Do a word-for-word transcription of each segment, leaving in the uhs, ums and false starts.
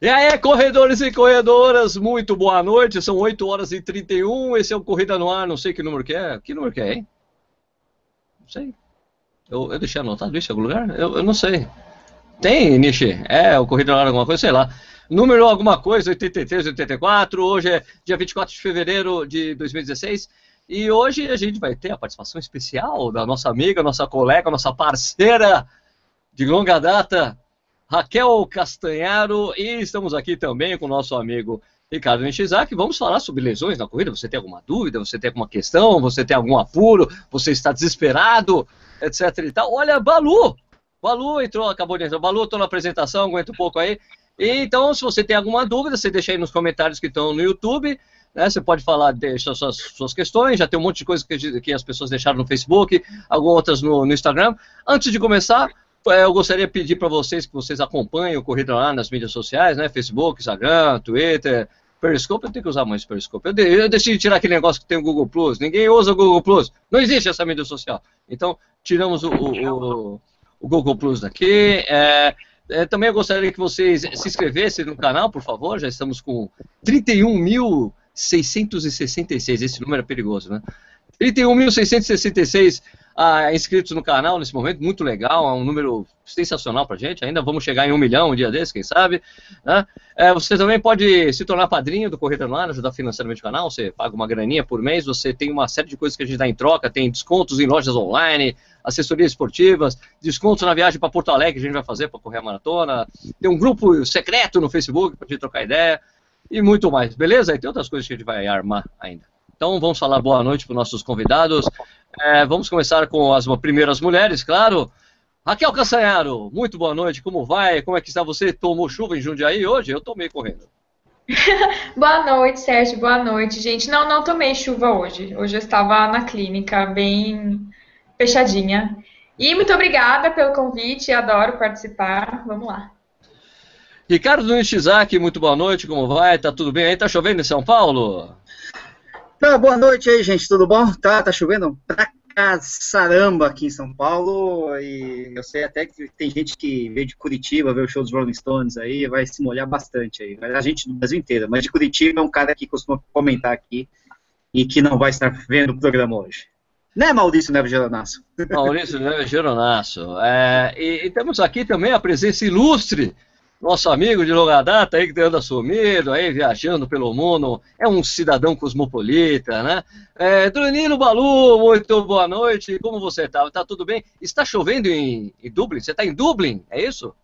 E aí, corredores e corredoras, muito boa noite, são oito horas e trinta e um, esse é o Corrida no Ar, não sei que número que é, que número que é, hein? Não sei, eu, eu deixei anotado isso em algum lugar? Eu, eu não sei. Tem, Nishi? É, o Corrida no Ar alguma coisa, sei lá. Número alguma coisa, oitenta e três, oitenta e quatro, hoje é dia vinte e quatro de fevereiro de dois mil e dezesseis, e hoje a gente vai ter a participação especial da nossa amiga, nossa colega, nossa parceira de longa data, Raquel Castanharo, e estamos aqui também com o nosso amigo Ricardo Nishizaki. Vamos falar sobre lesões na corrida. Você tem alguma dúvida? Você tem alguma questão? Você tem algum apuro? Você está desesperado? Etc e tal. Olha, Balu! Balu entrou, acabou de entrar. Balu, estou na apresentação, aguenta um pouco aí. E, então, se você tem alguma dúvida, você deixa aí nos comentários que estão no YouTube. Né? Você pode falar, deixa suas, suas questões. Já tem um monte de coisa que, que as pessoas deixaram no Facebook, algumas outras no, no Instagram. Antes de começar, eu gostaria de pedir para vocês que vocês acompanhem o Corrida lá nas mídias sociais, né? Facebook, Instagram, Twitter, Periscope. Eu tenho que usar mais Periscope. Eu, de, eu decidi tirar aquele negócio que tem o Google Plus. Ninguém usa o Google Plus. Não existe essa mídia social. Então, tiramos o, o, o Google Plus daqui. É, é, também eu gostaria que vocês se inscrevessem no canal, por favor. Já estamos com trinta e um mil seiscentos e sessenta e seis. Esse número é perigoso, né? trinta e um mil seiscentos e sessenta e seis ah, inscritos no canal nesse momento, muito legal, é um número sensacional pra gente, ainda vamos chegar em um milhão um dia desse, quem sabe, né? É, você também pode se tornar padrinho do Corrida no Ar, ajudar financeiramente o canal, você paga uma graninha por mês, você tem uma série de coisas que a gente dá em troca, tem descontos em lojas online, assessorias esportivas, descontos na viagem para Porto Alegre que a gente vai fazer para correr a maratona, tem um grupo secreto no Facebook pra gente trocar ideia, e muito mais, beleza? E tem outras coisas que a gente vai armar ainda. Então vamos falar boa noite para os nossos convidados. É, vamos começar com as primeiras mulheres, claro. Raquel Castanharo, muito boa noite, como vai? Como é que está você? Tomou chuva em Jundiaí hoje? Eu tomei correndo. Boa noite, Sérgio, boa noite, gente. Não, não tomei chuva hoje. Hoje eu estava na clínica, bem fechadinha. E muito obrigada pelo convite, adoro participar. Vamos lá. Ricardo Nishizaki, muito boa noite, como vai? Tá tudo bem aí? Tá chovendo em São Paulo? Tá, boa noite aí, gente, tudo bom? Tá, tá chovendo pra caramba aqui em São Paulo, e eu sei até que tem gente que veio de Curitiba ver o show dos Rolling Stones aí, vai se molhar bastante aí, a gente do Brasil inteiro, mas de Curitiba é um cara que costuma comentar aqui e que não vai estar vendo o programa hoje. Né, Maurício Neves Geronasso? Maurício Neves Geronasso. É, e, e temos aqui também a presença ilustre, nosso amigo de longa data aí que anda sumido, aí viajando pelo mundo, é um cidadão cosmopolita, né? É, Danilo Balu, muito boa noite, como você tá? Tá tudo bem? Está chovendo em, em Dublin? Você está em Dublin, é isso?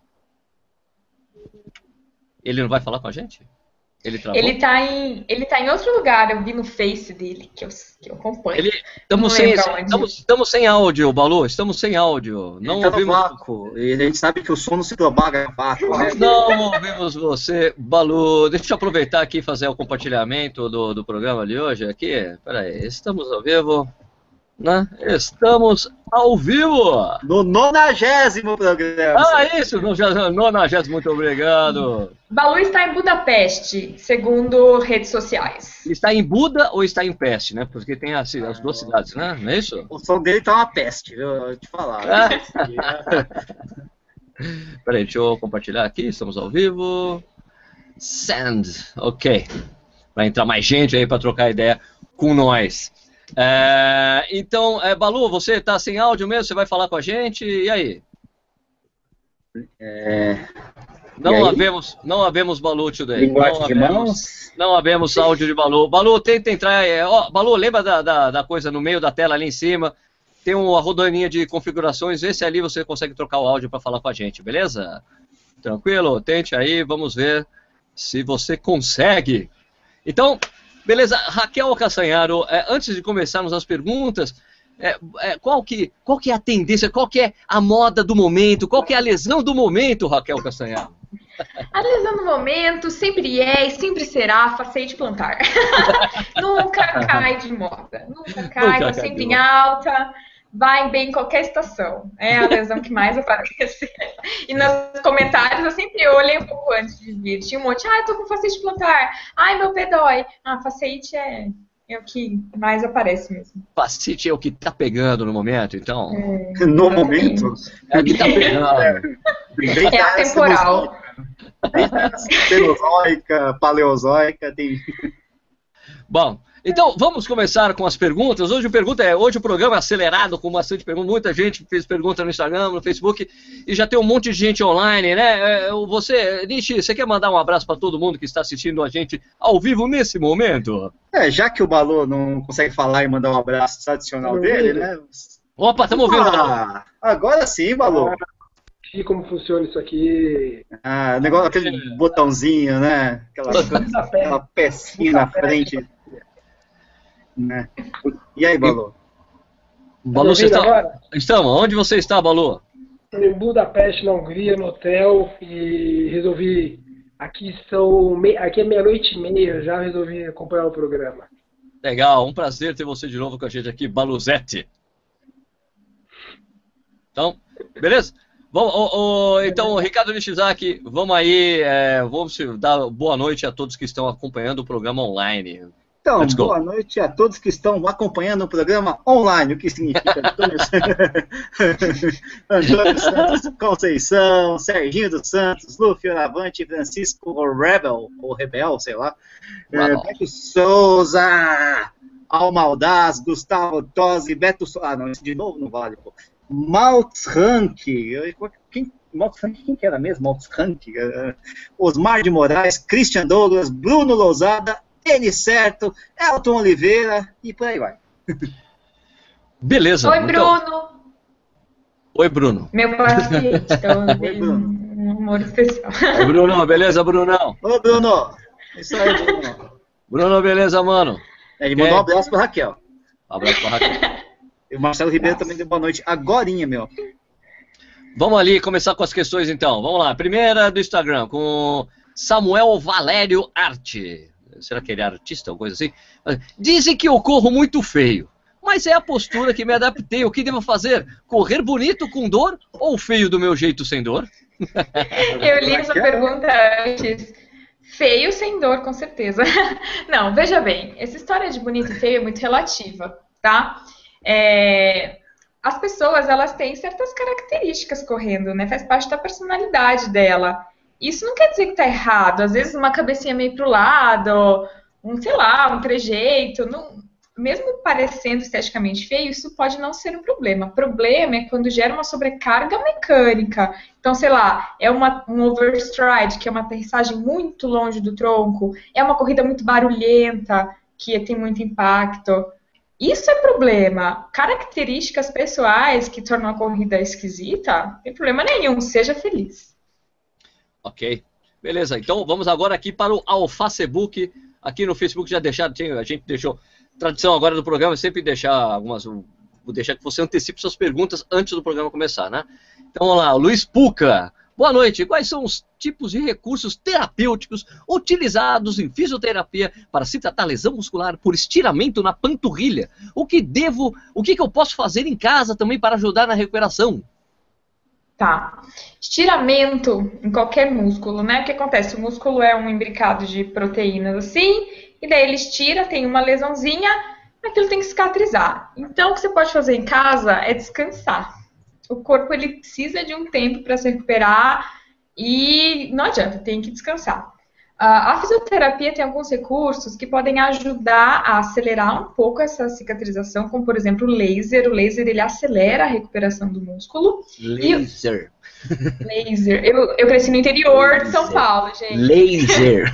Ele não vai falar com a gente? Ele travou? Ele tá em, ele tá em outro lugar, eu vi no Face dele, que eu, que eu acompanho. Estamos sem, estamos, estamos sem áudio, Balu, estamos sem áudio. Não ele tá ouvimos... no vácuo, e a gente sabe que o som não se propaga no vácuo, né? Não ouvimos você, Balu. Deixa eu aproveitar aqui e fazer o compartilhamento do, do programa de hoje aqui. Peraí, estamos ao vivo, né? Estamos ao vivo! No nonagésimo programa. Ah, isso, no nonagésimo, muito obrigado. Balu está em Budapeste, segundo redes sociais. Está em Buda ou está em Peste, né? Porque tem as, as duas cidades, né? Não é isso? O som dele tá uma peste, viu? Eu vou te falar. Peraí, deixa eu compartilhar aqui, estamos ao vivo. Send, ok. Vai entrar mais gente aí para trocar ideia com nós. É, então, é, Balu, você está sem áudio mesmo? Você vai falar com a gente? E aí? É... Não, e aí? havemos, não havemos Balu today. Linguagem não de havemos, mãos? Não havemos áudio de Balu. Balu, tenta entrar. É, ó, Balu, lembra da, da, da coisa no meio da tela ali em cima? Tem uma rodaninha de configurações. Esse ali você consegue trocar o áudio para falar com a gente, beleza? Tranquilo? Tente aí, vamos ver se você consegue. Então, beleza, Raquel Castanharo, é, antes de começarmos as perguntas, é, é, qual, que, qual que é a tendência, qual que é a moda do momento, qual que é a lesão do momento, Raquel Castanharo? A lesão do momento sempre é e sempre será facete plantar. Nunca cai de moda, nunca cai, está sempre em alta, vai bem em qualquer estação. É a lesão que mais aparece. E nos comentários eu sempre olhei um pouco antes de vir. Tinha um monte, ah, eu tô com facete plantar, ai, meu pé dói. Ah, facete é, é o que mais aparece mesmo. Facete é o que tá pegando no momento, então? É, no momento? É o que tá pegando. É atemporal. Desde a Cenozoica, Paleozoica, tem... Bom, então vamos começar com as perguntas. Hoje, a pergunta é, hoje o programa é acelerado, com bastante perguntas. Muita gente fez pergunta no Instagram, no Facebook, e já tem um monte de gente online, né? Você, Nishi, você quer mandar um abraço para todo mundo que está assistindo a gente ao vivo nesse momento? É, já que o Balu não consegue falar e mandar um abraço tradicional Tá dele, ouvindo? né? Opa, estamos ouvindo, Balu. Ah, agora sim, Balu. Ah, e como funciona isso aqui? Ah, o negócio, aquele botãozinho, né? Aquela, aquela pecinha na frente. Né? E aí, Balu? Balu, você ouvindo está... agora? Estamos. Onde você está, Balu? Estou em Budapeste, na Hungria, no hotel, e resolvi. Aqui são me... aqui é meia-noite e meia, já resolvi acompanhar o programa. Legal, um prazer ter você de novo com a gente aqui, Baluzete. Então, beleza? Vamos, oh, oh, então, Ricardo Nishizaki, vamos aí, é, vamos dar boa noite a todos que estão acompanhando o programa online. Então, boa noite a todos que estão acompanhando o programa online, o que significa Antônio, Antônio Santos Conceição, Serginho dos Santos, Lu Fioravante, Francisco o Rebel, ou Rebel, sei lá, é, Beto Souza, Almaldaz, Gustavo Tosi, Beto Souza, ah, não, esse de novo não vale, pô. Maltz Rank, quem, Maltz Rank, quem que era mesmo? Maltz Rank, uh, Osmar de Moraes, Christian Douglas, Bruno Lousada, N Certo, Elton Oliveira e por aí vai. Beleza. Oi, então... Bruno. Oi, Bruno. Meu paciente, então Oi, Bruno. Um amor especial. Oi, Bruno, beleza, Brunão? Ô, Bruno. Isso aí, Bruno. Bruno, beleza, mano? Ele mandou um abraço pra Raquel. Um abraço pra Raquel. E o Marcelo Ribeiro também deu boa noite agorinha, meu. Vamos ali começar com as questões, então. Vamos lá. Primeira do Instagram, com Samuel Valério Arte. Será que ele é artista ou coisa assim? Dizem que eu corro muito feio, mas é a postura que me adaptei. O que devo fazer? Correr bonito com dor ou feio do meu jeito sem dor? Eu li essa pergunta antes. Feio sem dor, com certeza. Não, veja bem, essa história de bonito e feio é muito relativa, tá? É... As pessoas, elas têm certas características correndo, né? Faz parte da personalidade dela. Isso não quer dizer que tá errado. Às vezes uma cabecinha meio pro lado, um, sei lá, um trejeito. Não... Mesmo parecendo esteticamente feio, isso pode não ser um problema. O problema é quando gera uma sobrecarga mecânica. Então, sei lá, é uma, um overstride, que é uma aterrissagem muito longe do tronco. É uma corrida muito barulhenta, que tem muito impacto. Isso é problema. Características pessoais que tornam a corrida esquisita, não tem problema nenhum. Seja feliz. Ok, beleza. Então vamos agora aqui para o AlfaCebook. Aqui no Facebook já deixaram, a gente deixou, tradição agora do programa é sempre deixar algumas, vou deixar que você antecipe suas perguntas antes do programa começar, né? Então vamos lá, Luiz Puca. Boa noite. Quais são os tipos de recursos terapêuticos utilizados em fisioterapia para se tratar lesão muscular por estiramento na panturrilha? O que devo, o que, que eu posso fazer em casa também para ajudar na recuperação? Tá. Estiramento em qualquer músculo, né? O que acontece? O músculo é um imbricado de proteínas assim, e daí ele estira, tem uma lesãozinha, aquilo tem que cicatrizar. Então, o que você pode fazer em casa é descansar. O corpo, ele precisa de um tempo para se recuperar e não adianta, tem que descansar. A fisioterapia tem alguns recursos que podem ajudar a acelerar um pouco essa cicatrização, como, por exemplo, o laser. O laser, ele acelera a recuperação do músculo. Laser. E... Laser. Eu, eu cresci no interior laser. de São Paulo, gente. Laser.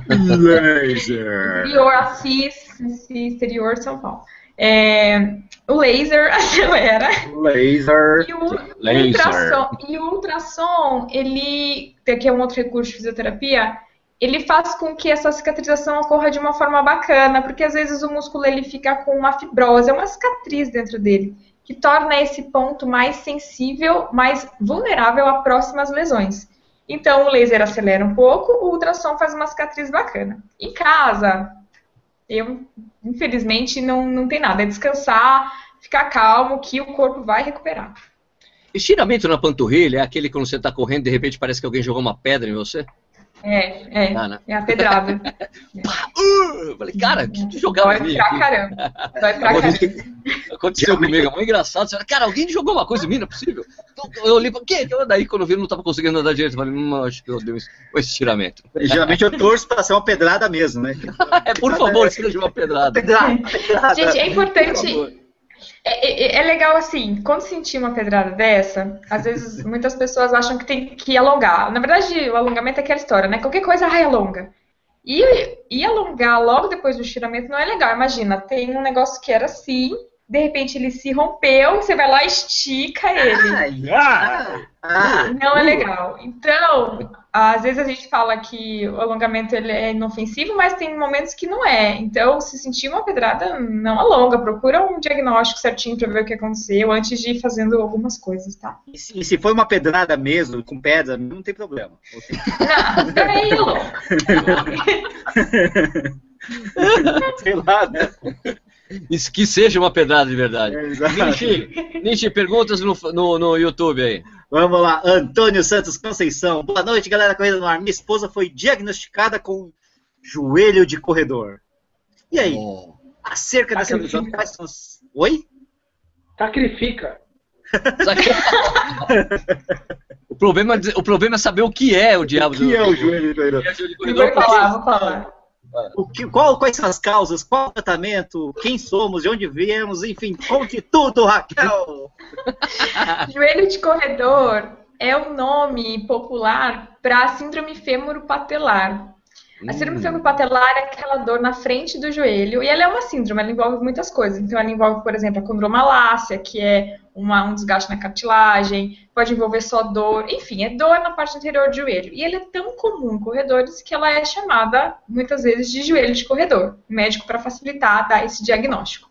Laser. Interior, Assis, interior de São Paulo. É, o laser acelera. Laser. E o, laser. Ultrassom, e o ultrassom, ele, que é um outro recurso de fisioterapia, ele faz com que essa cicatrização ocorra de uma forma bacana, porque às vezes o músculo ele fica com uma fibrose, é uma cicatriz dentro dele, que torna esse ponto mais sensível, mais vulnerável a próximas lesões. Então o laser acelera um pouco, o ultrassom faz uma cicatriz bacana. Em casa, eu, infelizmente, não, não tem nada, é descansar, ficar calmo, que o corpo vai recuperar. Estiramento na panturrilha é aquele que quando você está correndo, de repente parece que alguém jogou uma pedra em você? É, é, Ah, né? é a pedrada. Pá, uh, eu falei, cara, que tu jogava Dói em mim pra aqui? caramba. Dói pra Aconteceu, caramba. aconteceu comigo, é muito engraçado. Você fala, cara, alguém jogou uma coisa em mim, não é possível. Então, eu olhei pra quê? Daí quando eu vi, eu não tava conseguindo andar direito. Eu falei, hum, acho que eu dei um estiramento. Geralmente eu torço pra ser uma pedrada mesmo, né? É, por favor, seja uma pedrada. Pedrada, pedrada. Gente, é Por favor. importante. É, é- é legal assim, quando sentir uma pedrada dessa, às vezes muitas pessoas acham que tem que alongar. Na verdade, o alongamento é aquela história, né? Qualquer coisa, ai, alonga. E, e alongar logo depois do estiramento não é legal. Imagina, tem um negócio que era assim, de repente ele se rompeu, você vai lá e estica ele. Ai, ah, ah, Não é uh. legal. Então, às vezes a gente fala que o alongamento ele é inofensivo, mas tem momentos que não é. Então, se sentir uma pedrada, não alonga. Procura um diagnóstico certinho para ver o que aconteceu antes de ir fazendo algumas coisas, tá? E se, e se for uma pedrada mesmo, com pedra, não tem problema. Não, também alonga. Sei lá, né? Isso que seja uma pedrada de verdade. É, exato. Nishi, Nishi, perguntas no, no, no YouTube aí. Vamos lá, Antônio Santos Conceição. Boa noite, galera Corrida no Ar. Minha esposa foi diagnosticada com joelho de corredor. E aí? Oh. Acerca dessa Sacrifica. lesão, quais são as... Oi? Sacrifica. O problema, o problema é saber o que é o diabo O que do, é o joelho de corredor? de Eu corredor, vou porque- falar, vou falar. O que, qual, quais são as causas? Qual o tratamento? Quem somos? De onde viemos? Enfim, conte tudo, Raquel! Joelho de corredor é o nome popular para síndrome fêmuro-patelar. A síndrome Hum. fêmuro-patelar é aquela dor na frente do joelho, e ela é uma síndrome, ela envolve muitas coisas. Então, ela envolve, por exemplo, a condromalácia, que é uma, um desgaste na cartilagem, pode envolver só dor, enfim, é dor na parte interior do joelho. E ela é tão comum em corredores que ela é chamada, muitas vezes, de joelho de corredor. O médico, para facilitar, dá esse diagnóstico.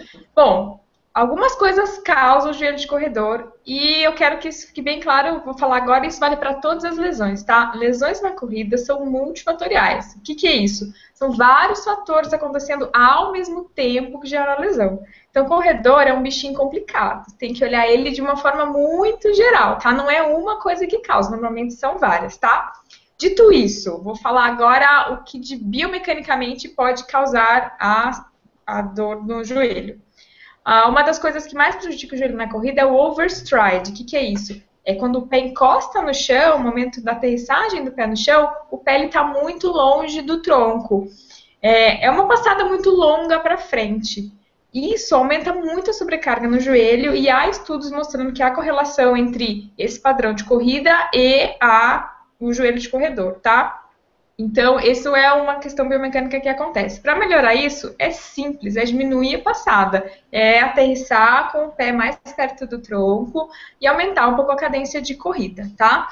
Bom, algumas coisas causam joelho de corredor e eu quero que isso fique bem claro, eu vou falar agora, isso vale para todas as lesões, tá? Lesões na corrida são multifatoriais. O que, que é isso? São vários fatores acontecendo ao mesmo tempo que geram a lesão. Então, corredor é um bichinho complicado, tem que olhar ele de uma forma muito geral, tá? Não é uma coisa que causa, normalmente são várias, tá? Dito isso, vou falar agora o que de biomecanicamente pode causar a, a dor no joelho. Ah, uma das coisas que mais prejudica o joelho na corrida é o overstride. O que, que é isso? É quando o pé encosta no chão, no momento da aterrissagem do pé no chão, o pé está muito longe do tronco. É, é uma passada muito longa para frente. Isso aumenta muito a sobrecarga no joelho e há estudos mostrando que há correlação entre esse padrão de corrida e a, o joelho de corredor, tá? Então, isso é uma questão biomecânica que acontece. Para melhorar isso, é simples, é diminuir a passada, é aterrissar com o pé mais perto do tronco e aumentar um pouco a cadência de corrida, tá?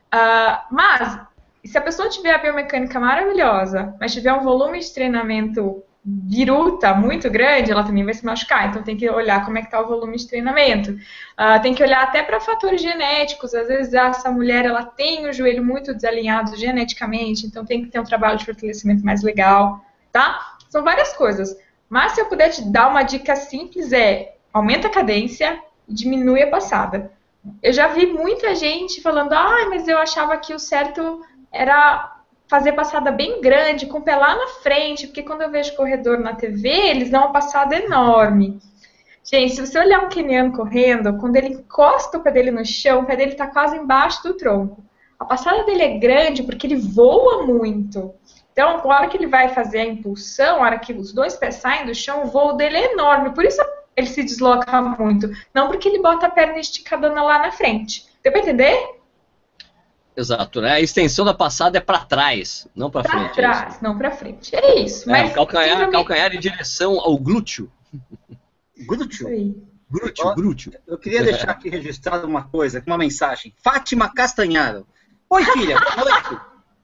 Uh, mas, se a pessoa tiver a biomecânica maravilhosa, mas tiver um volume de treinamento biruta muito grande, ela também vai se machucar. Então, tem que olhar como é que está o volume de treinamento. Uh, tem que olhar até para fatores genéticos. Às vezes, essa mulher ela tem o joelho muito desalinhado geneticamente, então tem que ter um trabalho de fortalecimento mais legal, tá? São várias coisas. Mas, se eu puder te dar uma dica simples, é aumenta a cadência e diminui a passada. Eu já vi muita gente falando, ah, mas eu achava que o certo era fazer passada bem grande, com o pé lá na frente, porque quando eu vejo corredor na T V, eles dão uma passada enorme. Gente, se você olhar um queniano correndo, quando ele encosta o pé dele no chão, o pé dele está quase embaixo do tronco. A passada dele é grande porque ele voa muito. Então, na hora que ele vai fazer a impulsão, na hora que os dois pés saem do chão, o voo dele é enorme. Por isso ele se desloca muito. Não porque ele bota a perna esticadona lá na frente. Deu pra entender? Exato, né? A extensão da passada é para trás, não para Pra frente. é trás, não pra frente. É isso. É, Mas o calcanhar, síndrome- calcanhar em direção ao glúteo. Isso Glúteo. aí. Glúteo, Ó. glúteo. Eu queria deixar aqui registrado uma coisa, uma mensagem. Fátima Castanharo. Oi, filha, boa noite.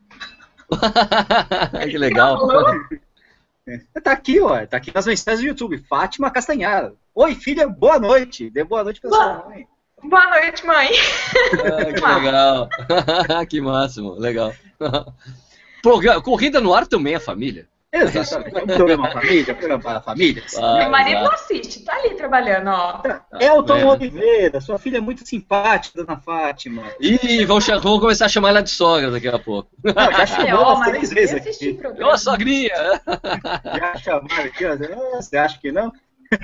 Que legal. Tá aqui, ó. Tá aqui nas mensagens do YouTube. Fátima Castanharo. Oi, filha, boa noite. Dê boa noite pra sua mãe. Boa noite, mãe. Ah, que legal. Que máximo, legal. Progra- Corrida no ar também é família. Exatamente. É um programa família, programa para a família. Ah, Meu marido exato. não assiste, tá ali trabalhando, ó. Elton É. Oliveira, sua filha é muito simpática, dona Fátima. Ih, vão, cha- vão começar a chamar ela de sogra daqui a pouco. Não, já É, chamou ó, umas mas três eu vezes assisti o aqui. programa. Ô, sogrinha! Já chamaram aqui, ó. Ah, você acha que não?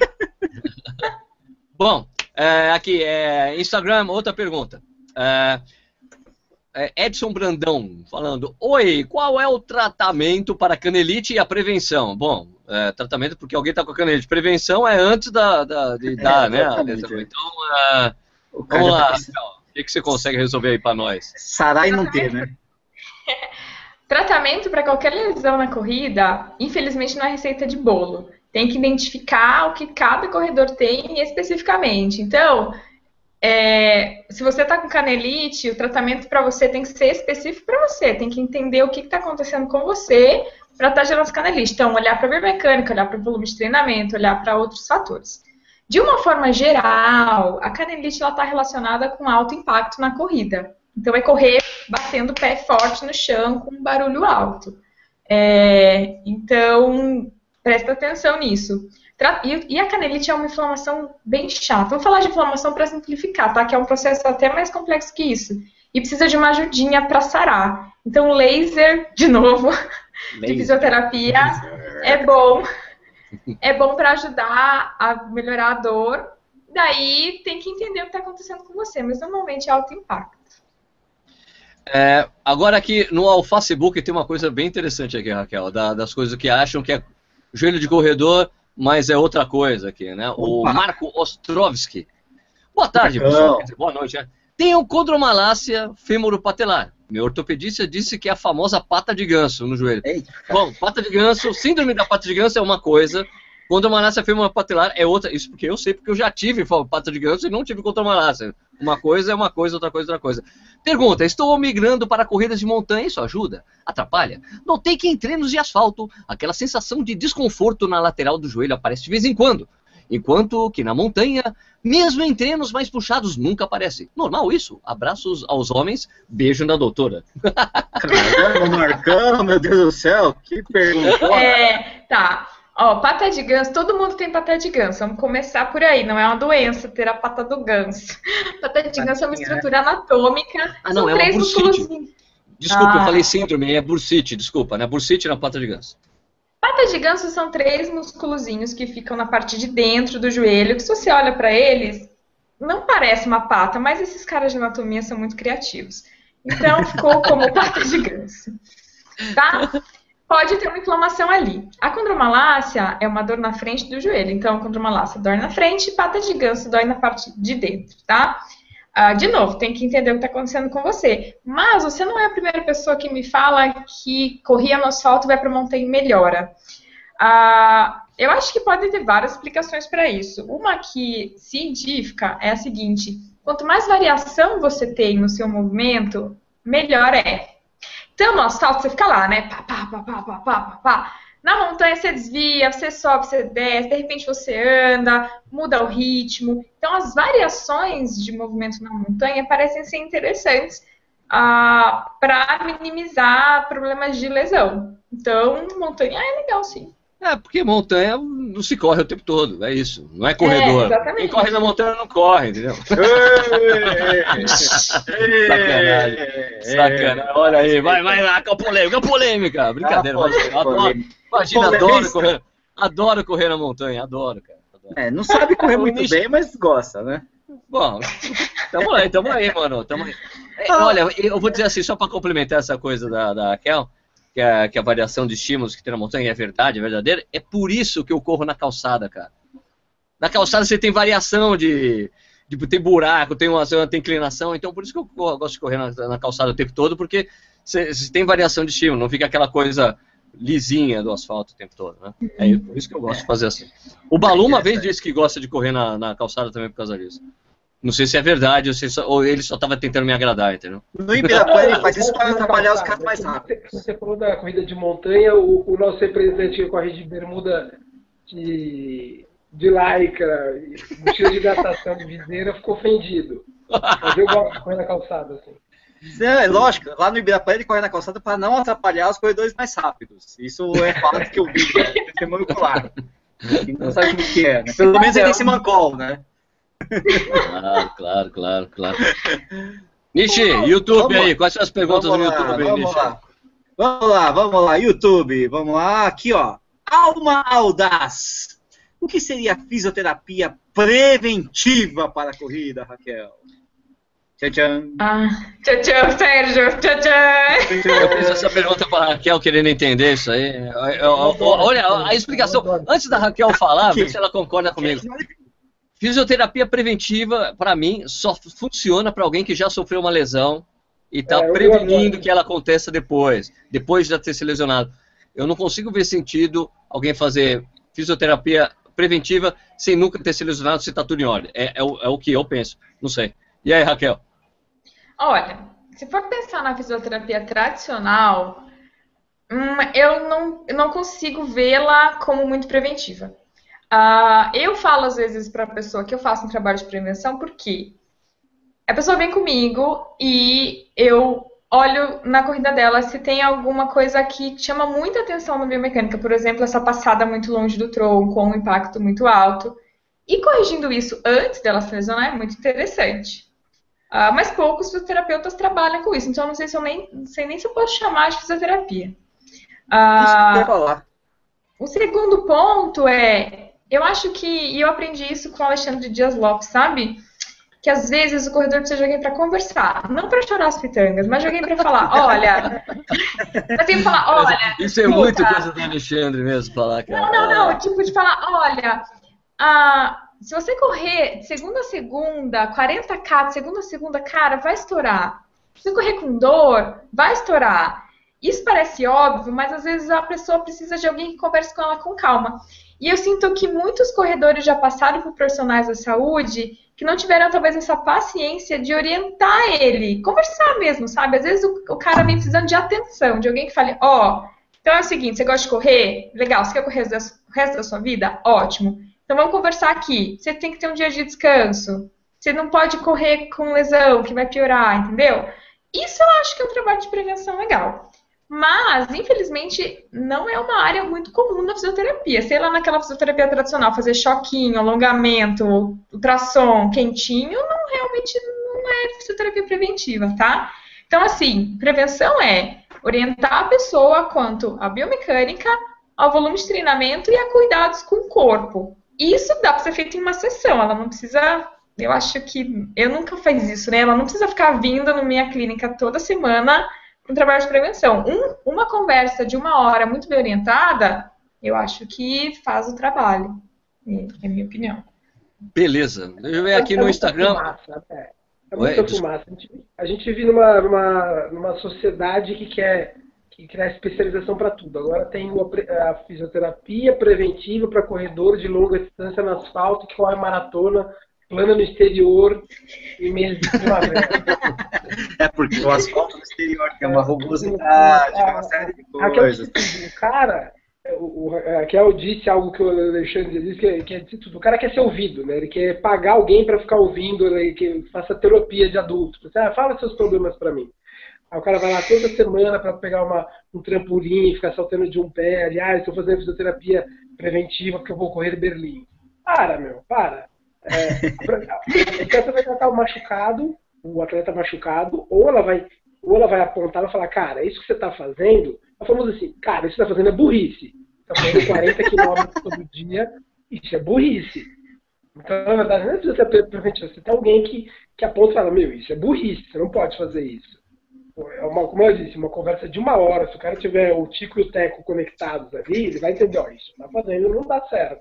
Bom, é, aqui, é, Instagram, outra pergunta. É, é, Edson Brandão falando: oi, qual é o tratamento para canelite e a prevenção? Bom, é, tratamento porque alguém está com canelite. Prevenção é antes da, da, de dar, né? exatamente, Então, é. é, O cara vamos já lá, tá pensando. Rafael. O que, que você consegue resolver aí para nós? Sarar e não ter, né? Tratamento para qualquer lesão na corrida, infelizmente, não é receita de bolo. Tem que identificar o que cada corredor tem especificamente. Então, é, se você está com canelite, o tratamento para você tem que ser específico para você. Tem que entender o que está acontecendo com você para estar gerando canelite. Então, olhar para a biomecânica, olhar para o volume de treinamento, olhar para outros fatores. De uma forma geral, a canelite está relacionada com alto impacto na corrida. Então, é correr batendo o pé forte no chão com um barulho alto. É, então, presta atenção nisso. E a canelite é uma inflamação bem chata. Vou falar de inflamação para simplificar, tá? Que é um processo até mais complexo que isso. E precisa de uma ajudinha para sarar. Então, laser, de novo, de fisioterapia, é bom. É bom para ajudar a melhorar a dor. Daí, tem que entender o que está acontecendo com você. Mas, normalmente, é alto impacto. É, agora aqui no Facebook tem uma coisa bem interessante aqui, Raquel, da, das coisas que acham que é joelho de corredor, mas é outra coisa aqui, né? O Opa. Marco Ostrovski. Boa tarde, Marcão. pessoal. Quer dizer, boa noite, né? Tenho condromalácia femoropatelar. Meu ortopedista disse que é a famosa pata de ganso no joelho. Eita. Bom, pata de ganso, síndrome da pata de ganso é uma coisa, condromalácia femoropatelar é outra. Isso porque eu sei, porque eu já tive pata de ganso e não tive condromalácia. Uma coisa é uma coisa, outra coisa é outra coisa. Pergunta: estou migrando para corridas de montanha, isso ajuda? Atrapalha? Notei que em treinos de asfalto, aquela sensação de desconforto na lateral do joelho aparece de vez em quando. Enquanto que na montanha, mesmo em treinos mais puxados, nunca aparece. Normal isso. Abraços aos homens, beijo na doutora. Caramba, Marcão, meu Deus do céu, que pergunta. É, tá. Ó, pata de ganso, todo mundo tem pata de ganso. Vamos começar por aí. Não é uma doença ter a pata do ganso. Pata de ganso é uma estrutura anatômica. Ah, não, São é uma três bursite. músculos. Desculpa, Ah. eu falei síndrome, é bursite, desculpa, né? Bursite na pata de ganso. Pata de ganso são três musculozinhos que ficam na parte de dentro do joelho, que se você olha para eles, não parece uma pata, mas esses caras de anatomia são muito criativos. Então ficou como pata de ganso. Tá? Pode ter uma inflamação ali. A condromalácia é uma dor na frente do joelho. Então, a condromalácia dói na frente e pata de ganso dói na parte de dentro, tá? Ah, de novo, tem que entender o que está acontecendo com você. Mas você não é a primeira pessoa que me fala que corria no asfalto, vai para a montanha e melhora. Ah, eu acho que pode ter várias explicações para isso. Uma que científica é a seguinte: quanto mais variação você tem no seu movimento, melhor é. Então, no asfalto, você fica lá, né? Pá, pá, pá, pá, pá, pá, pá, pá. Na montanha, você desvia, você sobe, você desce, de repente você anda, muda o ritmo. Então, as variações de movimento na montanha parecem ser interessantes ah, para minimizar problemas de lesão. Então, montanha é legal, sim. É, porque montanha não se corre o tempo todo, é isso. Não é corredor. É, exatamente. Quem corre na montanha não corre, entendeu? Sacanagem. Sacanagem. Olha aí, vai, vai lá, com a polêmica, com a polêmica. Brincadeira, Ah, imagina, adoro, polêmica. imagina, adoro Polêmica. correr. Adoro correr na montanha, adoro, cara. Adoro. É, não sabe correr muito Nicho. bem, mas gosta, né? Bom, tamo aí, tamo aí, mano. Tamo aí. É, olha, eu vou dizer assim, só para complementar essa coisa da, da Raquel, que a, que a variação de estímulos que tem na montanha é verdade, é verdadeira, é por isso que eu corro na calçada, cara. Na calçada você tem variação de, de tem buraco, tem uma tem inclinação, então por isso que eu gosto de correr na, na calçada o tempo todo, porque você, você tem variação de estímulo, não fica aquela coisa lisinha do asfalto o tempo todo, né? É por isso que eu gosto de fazer assim. O Balu uma vez disse que gosta de correr na, na calçada também por causa disso. Não sei se é verdade ou, se só, ou ele só estava tentando me agradar, entendeu? No Ibirapuera ele faz isso para atrapalhar os caras mais rápido. Você falou da corrida de montanha, o, o nosso representante que corre de bermuda de, de lycra, mochila de hidratação de viseira, ficou ofendido. Mas eu gosto de correr na calçada, assim. É, lógico, lá no Ibirapuera ele corre na calçada para não atrapalhar os corredores mais rápidos. Isso é fato que eu vi, né? Testemunho ocular. E não sabe como que é, né? Pelo menos ele tem esse mancol, né? Claro, claro, claro, claro. Nishi, YouTube vamos, aí, quais são as perguntas vamos do lá, YouTube? Vamos Nishi? lá. Vamos lá, vamos lá, YouTube, vamos lá, aqui ó. Alma Audaz. O que seria fisioterapia preventiva para a corrida, Raquel? Tchau, tchau. Ah, tchau, tchau, Sérgio. Tchau, tchau. Eu fiz essa pergunta para a Raquel querendo entender isso aí. Eu- eu- olha, a explicação. Antes da Raquel falar, vê se ela concorda comigo. Fisioterapia preventiva, para mim, só funciona para alguém que já sofreu uma lesão e está É, eu prevenindo adoro. que ela aconteça depois, depois de já ter se lesionado. Eu não consigo ver sentido alguém fazer fisioterapia preventiva sem nunca ter se lesionado, se está tudo em ordem. É, é, o, é o que eu penso. Não sei. E aí, Raquel? Olha, se for pensar na fisioterapia tradicional, hum, eu não, eu não consigo vê-la como muito preventiva. Ah, eu falo às vezes para a pessoa que eu faço um trabalho de prevenção porque a pessoa vem comigo e eu olho na corrida dela se tem alguma coisa que chama muita atenção na biomecânica, por exemplo, essa passada muito longe do tronco, ou um impacto muito alto. E corrigindo isso antes dela se lesionar é muito interessante. Ah, mas poucos fisioterapeutas trabalham com isso, então eu não sei se eu nem não sei nem se eu posso chamar de fisioterapia. Ah, Isso que eu ia falar. o segundo ponto é, eu acho que, e eu aprendi isso com o Alexandre Dias Lopes, sabe? Que às vezes o corredor precisa de alguém para conversar, não para chorar as pitangas, mas de alguém para falar, olha, mas tem que falar, olha, Isso é escuta. muito coisa do Alexandre mesmo, falar, cara. Não, não, não, tipo de falar, olha, ah, se você correr de segunda a segunda, quarenta ká, de segunda a segunda, cara, vai estourar. Se você correr com dor, vai estourar. Isso parece óbvio, mas às vezes a pessoa precisa de alguém que converse com ela com calma. E eu sinto que muitos corredores já passaram por profissionais da saúde que não tiveram talvez essa paciência de orientar ele, conversar mesmo, sabe? Às vezes o, o cara vem precisando de atenção, de alguém que fale, ó, oh, então é o seguinte, você gosta de correr? Legal, você quer correr o resto da sua vida? Ótimo. Então vamos conversar aqui. Você tem que ter um dia de descanso. Você não pode correr com lesão, que vai piorar, entendeu? Isso eu acho que é um trabalho de prevenção legal. Mas, infelizmente, não é uma área muito comum na fisioterapia. Sei lá, naquela fisioterapia tradicional, fazer choquinho, alongamento, ultrassom, quentinho, não realmente não é fisioterapia preventiva, tá? Então, assim, prevenção é orientar a pessoa quanto à biomecânica, ao volume de treinamento e a cuidados com o corpo. Isso dá para ser feito em uma sessão, ela não precisa... Eu acho que... Eu nunca fiz isso, né? Ela não precisa ficar vindo na minha clínica toda semana um trabalho de prevenção. Um, uma conversa de uma hora muito bem orientada, eu acho que faz o trabalho. É a minha opinião. Beleza. Eu ver aqui é no Instagram. Fumaça, é é Ué, muita des- fumaça. A gente, a gente vive numa, numa, numa sociedade que quer, que quer especialização para tudo. Agora tem o- a fisioterapia preventiva para corredor de longa distância no asfalto que corre maratona, plana no exterior e meses de primavera. É porque o asfalto no exterior tem uma rugosidade, uma série de Aquela coisas. atitude, o cara, o, o, a Raquel disse algo que o Alexandre disse, que, é- que é de tudo. O cara quer ser ouvido, né? Ele quer pagar alguém para ficar ouvindo, ele que faça terapia de adulto. Você, ah, fala seus problemas para mim. Aí o cara vai lá toda semana para pegar uma, um trampolim, ficar saltando de um pé. Aliás, estou fazendo fisioterapia preventiva porque eu vou correr em Berlim. Para, meu, para. É, o atleta vai tratar o machucado, o atleta machucado, ou ela vai, ou ela vai apontar e falar, cara, isso que você está fazendo, nós falamos assim, cara, isso que você está fazendo é burrice. Você está fazendo quarenta quilômetros todo dia, isso é burrice. Então, na verdade, não é fisioterapia preventiva, você tem alguém que, que aponta e fala, meu, isso é burrice, você não pode fazer isso. É uma, como eu disse, uma conversa de uma hora, se o cara tiver o Tico e o Teco conectados ali, ele vai entender, ó, isso que está fazendo não dá certo.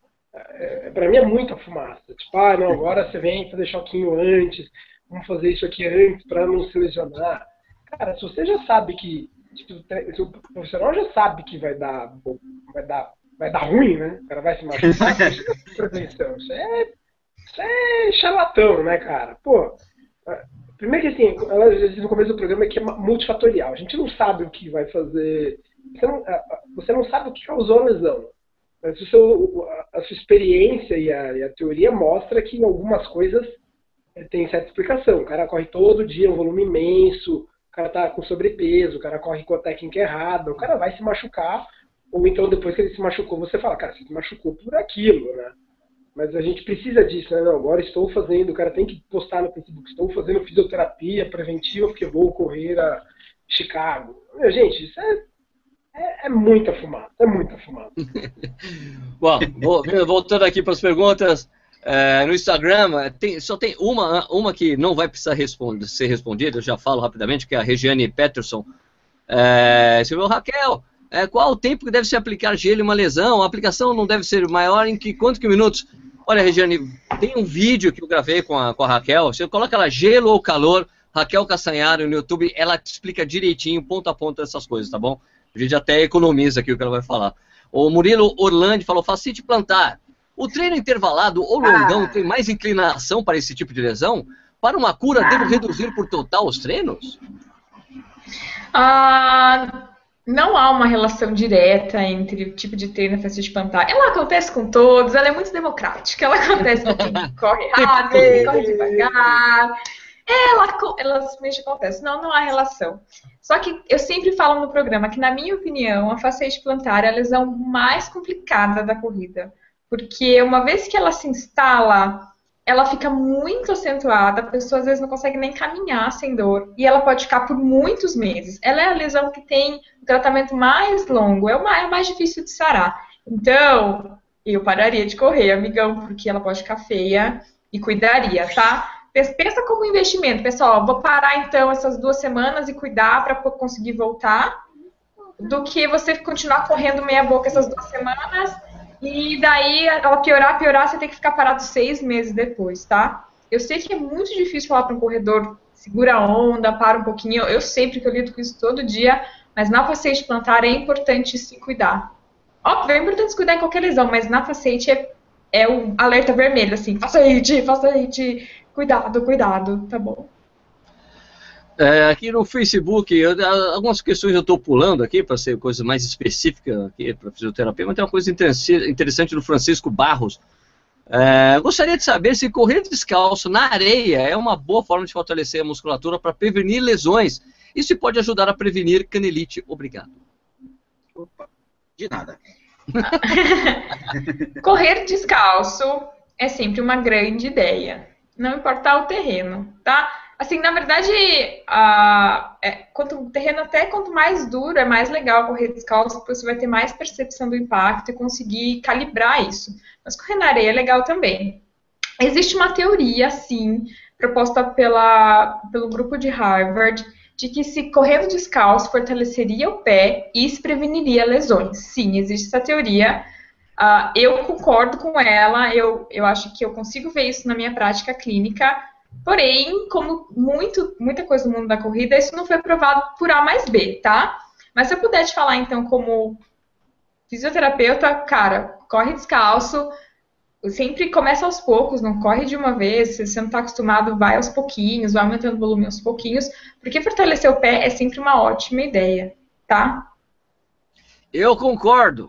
É, pra mim é muita fumaça. Tipo, ah, não, agora você vem fazer choquinho antes, vamos fazer isso aqui antes para não se lesionar. Cara, se você já sabe que, tipo, se o profissional já sabe que vai dar, vai dar, vai dar ruim, né? O cara vai se machucar, isso é prevenção. Isso é, isso é charlatão, né, cara? Pô, primeiro que assim, ela disse no começo do programa que é multifatorial. A gente não sabe o que vai fazer. Você não, você não sabe o que causou a lesão. Mas o seu, a sua experiência e a, e a teoria mostra que algumas coisas tem certa explicação. O cara corre todo dia, um volume imenso, o cara tá com sobrepeso, o cara corre com a técnica errada, o cara vai se machucar, ou então depois que ele se machucou, você fala, cara, você se machucou por aquilo, né? Mas a gente precisa disso, né? Não, agora estou fazendo, o cara tem que postar no Facebook, estou fazendo fisioterapia preventiva porque vou correr a Chicago. Meu, gente, isso é, é, é muita fumaça, é muita fumaça. Bom, vou, voltando aqui para as perguntas, é, no Instagram, tem, só tem uma, uma que não vai precisar responder, ser respondida, eu já falo rapidamente, que é a Regiane Peterson. É, você viu, Raquel, é, qual o tempo que deve se aplicar gelo em uma lesão? A aplicação não deve ser maior em que, quanto que minutos? Olha, Regiane, tem um vídeo que eu gravei com a, com a Raquel, você coloca lá gelo ou calor, Raquel Castanharo no YouTube, ela te explica direitinho, ponto a ponto, essas coisas, tá bom? A gente até economiza aqui o que ela vai falar. O Murilo Orlandi falou, facite plantar. O treino intervalado ou longão ah. tem mais inclinação para esse tipo de lesão? Para uma cura, ah. devo reduzir por total os treinos? Ah... Não há uma relação direta entre o tipo de treino e a facite plantar. Ela acontece com todos, ela é muito democrática. Ela acontece com quem corre rápido, quem corre devagar. Ela, ela simplesmente acontece. Não, não há relação. Só que eu sempre falo no programa que, na minha opinião, a facite plantar é a lesão mais complicada da corrida. Porque uma vez que ela se instala, ela fica muito acentuada, a pessoa às vezes não consegue nem caminhar sem dor, e ela pode ficar por muitos meses. Ela é a lesão que tem o tratamento mais longo, é o mais, é o mais difícil de sarar. Então, eu pararia de correr, amigão, porque ela pode ficar feia e cuidaria, tá? Pensa como investimento, pessoal, vou parar então essas duas semanas e cuidar para conseguir voltar, do que você continuar correndo meia boca essas duas semanas, e daí ela piorar, piorar, você tem que ficar parado seis meses depois, tá? Eu sei que é muito difícil falar para um corredor, segura a onda, para um pouquinho, eu sei porque eu lido com isso todo dia, mas na facite plantar é importante se cuidar. Óbvio, é importante se cuidar em qualquer lesão, mas na facite é, é o alerta vermelho, assim, facite, facite, cuidado, cuidado, tá bom? É, aqui no Facebook, eu, algumas questões eu estou pulando aqui para ser coisa mais específica aqui para fisioterapia, mas tem uma coisa interessante do Francisco Barros. É, gostaria de saber se correr descalço na areia é uma boa forma de fortalecer a musculatura para prevenir lesões. Isso pode ajudar a prevenir canelite. Obrigado. Opa, de nada. Correr descalço é sempre uma grande ideia. Não importar o terreno, tá? Assim, na verdade, a, é, quanto, o terreno até quanto mais duro, é mais legal correr descalço, porque você vai ter mais percepção do impacto e conseguir calibrar isso. Mas correr na areia é legal também. Existe uma teoria, sim, proposta pela, pelo grupo de Harvard, de que se correndo descalço fortaleceria o pé e isso preveniria lesões. Sim, existe essa teoria. Uh, eu concordo com ela, eu, eu acho que eu consigo ver isso na minha prática clínica. Porém, como muito, muita coisa no mundo da corrida, isso não foi provado por A mais B, tá? Mas se eu puder te falar, então, como fisioterapeuta, cara, corre descalço, sempre começa aos poucos, não corre de uma vez, se você não está acostumado, vai aos pouquinhos, vai aumentando o volume aos pouquinhos, porque fortalecer o pé é sempre uma ótima ideia, tá? Eu concordo.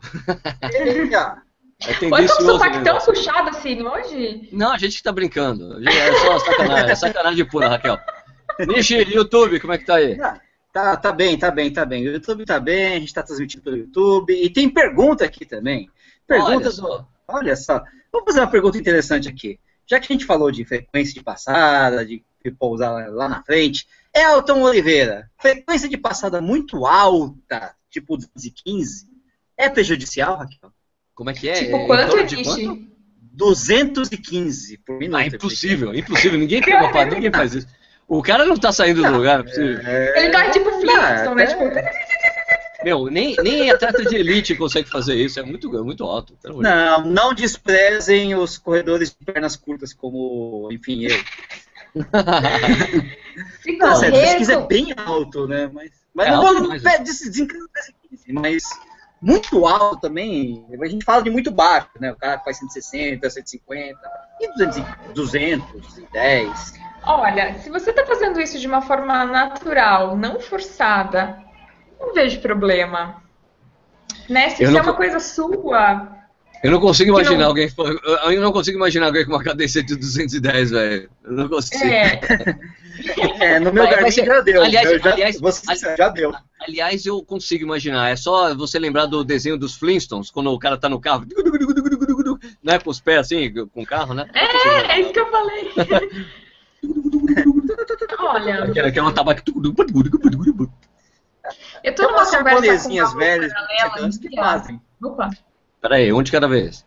Pô, eu tô com o sotaque tão puxado assim hoje? Não, a gente que tá brincando. É só sacanagem, é sacanagem pura, Raquel. Nishi, YouTube, como é que tá aí? Tá, tá bem, tá bem, tá bem. O YouTube tá bem, a gente tá transmitindo pelo YouTube. E tem pergunta aqui também. Perguntas. Olha só. Olha só. Vamos fazer uma pergunta interessante aqui. Já que a gente falou de frequência de passada, de pousar lá na frente, Elton Oliveira, frequência de passada muito alta, tipo duzentos e quinze, é prejudicial, Raquel? Como é que é? Tipo, é quanto existe? duzentos e quinze por minuto. Ah, impossível, impossível. Ninguém tem uma parada, ninguém faz isso. O cara não tá saindo do lugar, não é possível. Ele corre tipo Flintstone, né? Tipo... Meu, nem, nem atleta de elite consegue fazer isso, é muito, é muito alto. Não, não desprezem os corredores de pernas curtas como, enfim, eu. Se não, sério, correr, se é bem alto, né? Mas, mas é não alto vou demais, desencanar, mas muito alto também, a gente fala de muito baixo, né? O cara que faz cento e sessenta, cento e cinquenta, e duzentos e dez. Olha, se você está fazendo isso de uma forma natural, não forçada, não vejo problema. Né? Se isso é uma coisa sua, Eu não consigo Que imaginar não- alguém. Eu não consigo imaginar alguém com uma cadência de duzentos e dez, velho. Eu não consigo. É, É, no meu Vai- vai Garmin ser- já deu. aliás- eu já, aliás- vou ser sincero, já deu. Aliás, eu consigo imaginar. É só você lembrar do desenho dos Flintstones, quando o cara tá no carro, né, com os pés assim, com o carro, né? é, é isso que eu falei. Olha, Aquela, aquela tabaco. eu tô numa Aquelas conversa com japonesinhas uma velhas de paralela, anos que aqui, fazem. ó. Opa. Pera aí, um de cada vez.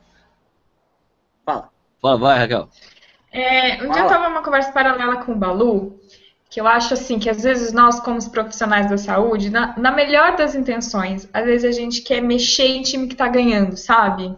Fala. Fala, vai, Raquel. É, um dia Fala. eu tava numa conversa paralela com o Balu, que eu acho assim, que às vezes nós, como os profissionais da saúde, na, na melhor das intenções, às vezes a gente quer mexer em time que tá ganhando, sabe?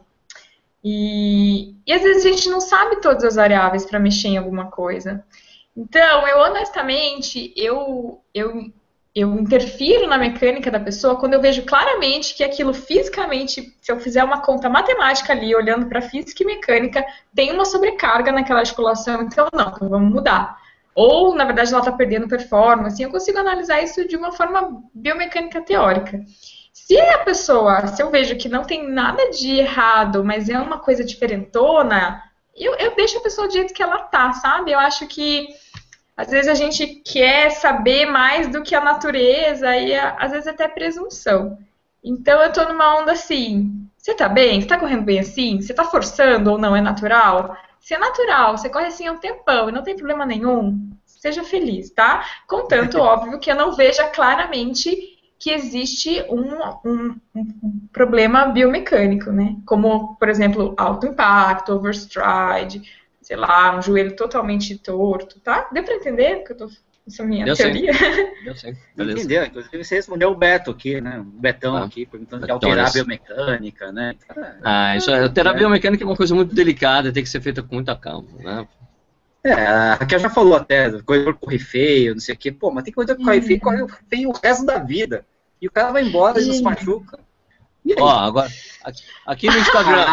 E, e às vezes a gente não sabe todas as variáveis para mexer em alguma coisa. Então, eu honestamente, eu, eu, eu interfiro na mecânica da pessoa quando eu vejo claramente que aquilo fisicamente, se eu fizer uma conta matemática ali, olhando para física e mecânica, tem uma sobrecarga naquela articulação, então não, então vamos mudar. Ou, na verdade, ela está perdendo performance, eu consigo analisar isso de uma forma biomecânica teórica. Se a pessoa, se eu vejo que não tem nada de errado, mas é uma coisa diferentona, eu, eu deixo a pessoa do jeito que ela tá, sabe? Eu acho que às vezes a gente quer saber mais do que a natureza e às vezes até presunção. Então eu tô numa onda assim, você tá bem? Você tá correndo bem assim? Você tá forçando ou não? É natural? Se é natural, você corre assim há um tempão e não tem problema nenhum, seja feliz, tá? Contanto, óbvio, que eu não veja claramente que existe um, um, um problema biomecânico, né? Como, por exemplo, alto impacto, overstride, sei lá, um joelho totalmente torto, tá? Deu pra entender que eu tô... Essa é a minha Eu teoria? sei. Eu sei. Beleza. Entendeu? Inclusive você respondeu o Beto aqui, né? O Betão Ah, aqui, perguntando de Betão, alterar a isso. biomecânica, né? Ah, isso é. Terapia biomecânica é uma coisa muito delicada, tem que ser feita com muita calma, né? É, a Raquel já falou até, corredor corre feio, não sei o quê. Pô, mas tem corredor que corre feio, corre feio o resto da vida. E o cara vai embora e não se machuca. E aí? Ó, agora, aqui, aqui no Instagram. né?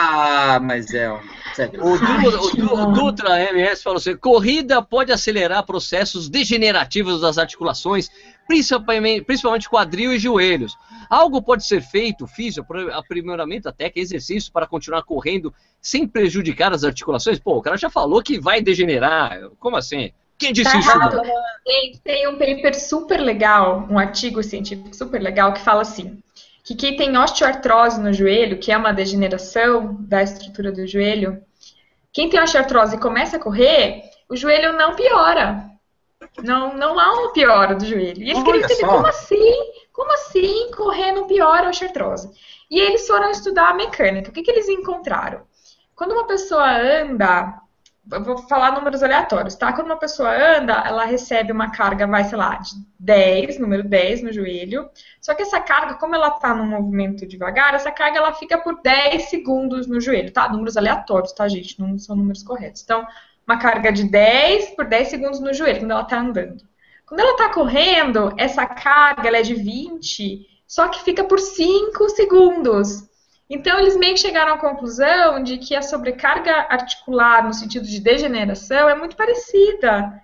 Ah, mas é... um- sério. O, Du- o Du- Ai, o Dutra M S falou assim: corrida pode acelerar processos degenerativos das articulações, principalmente, principalmente quadril e joelhos. Algo pode ser feito, físio, aprimoramento até que exercício para continuar correndo sem prejudicar as articulações? Pô, o cara já falou que vai degenerar. Como assim? Quem disse Tá isso? errado. Tem, tem um paper super legal, um artigo científico super legal que fala assim, que quem tem osteoartrose no joelho, que é uma degeneração da estrutura do joelho, quem tem osteoartrose e começa a correr, o joelho não piora. Não, não há uma piora do joelho. E eles queriam Olha entender só. como assim, como assim correr não piora a osteoartrose. E eles foram estudar a mecânica. O que, que eles encontraram? Quando uma pessoa anda, eu vou falar números aleatórios, tá? Quando uma pessoa anda, ela recebe uma carga, vai, sei lá, de dez, número dez no joelho. Só que essa carga, como ela tá num movimento devagar, essa carga ela fica por dez segundos no joelho, tá? Números aleatórios, tá, gente? Não são números corretos. Então, uma carga de dez por dez segundos no joelho, quando ela tá andando. Quando ela tá correndo, essa carga ela é de vinte, só que fica por cinco segundos. Então, eles meio que chegaram à conclusão de que a sobrecarga articular, no sentido de degeneração, é muito parecida.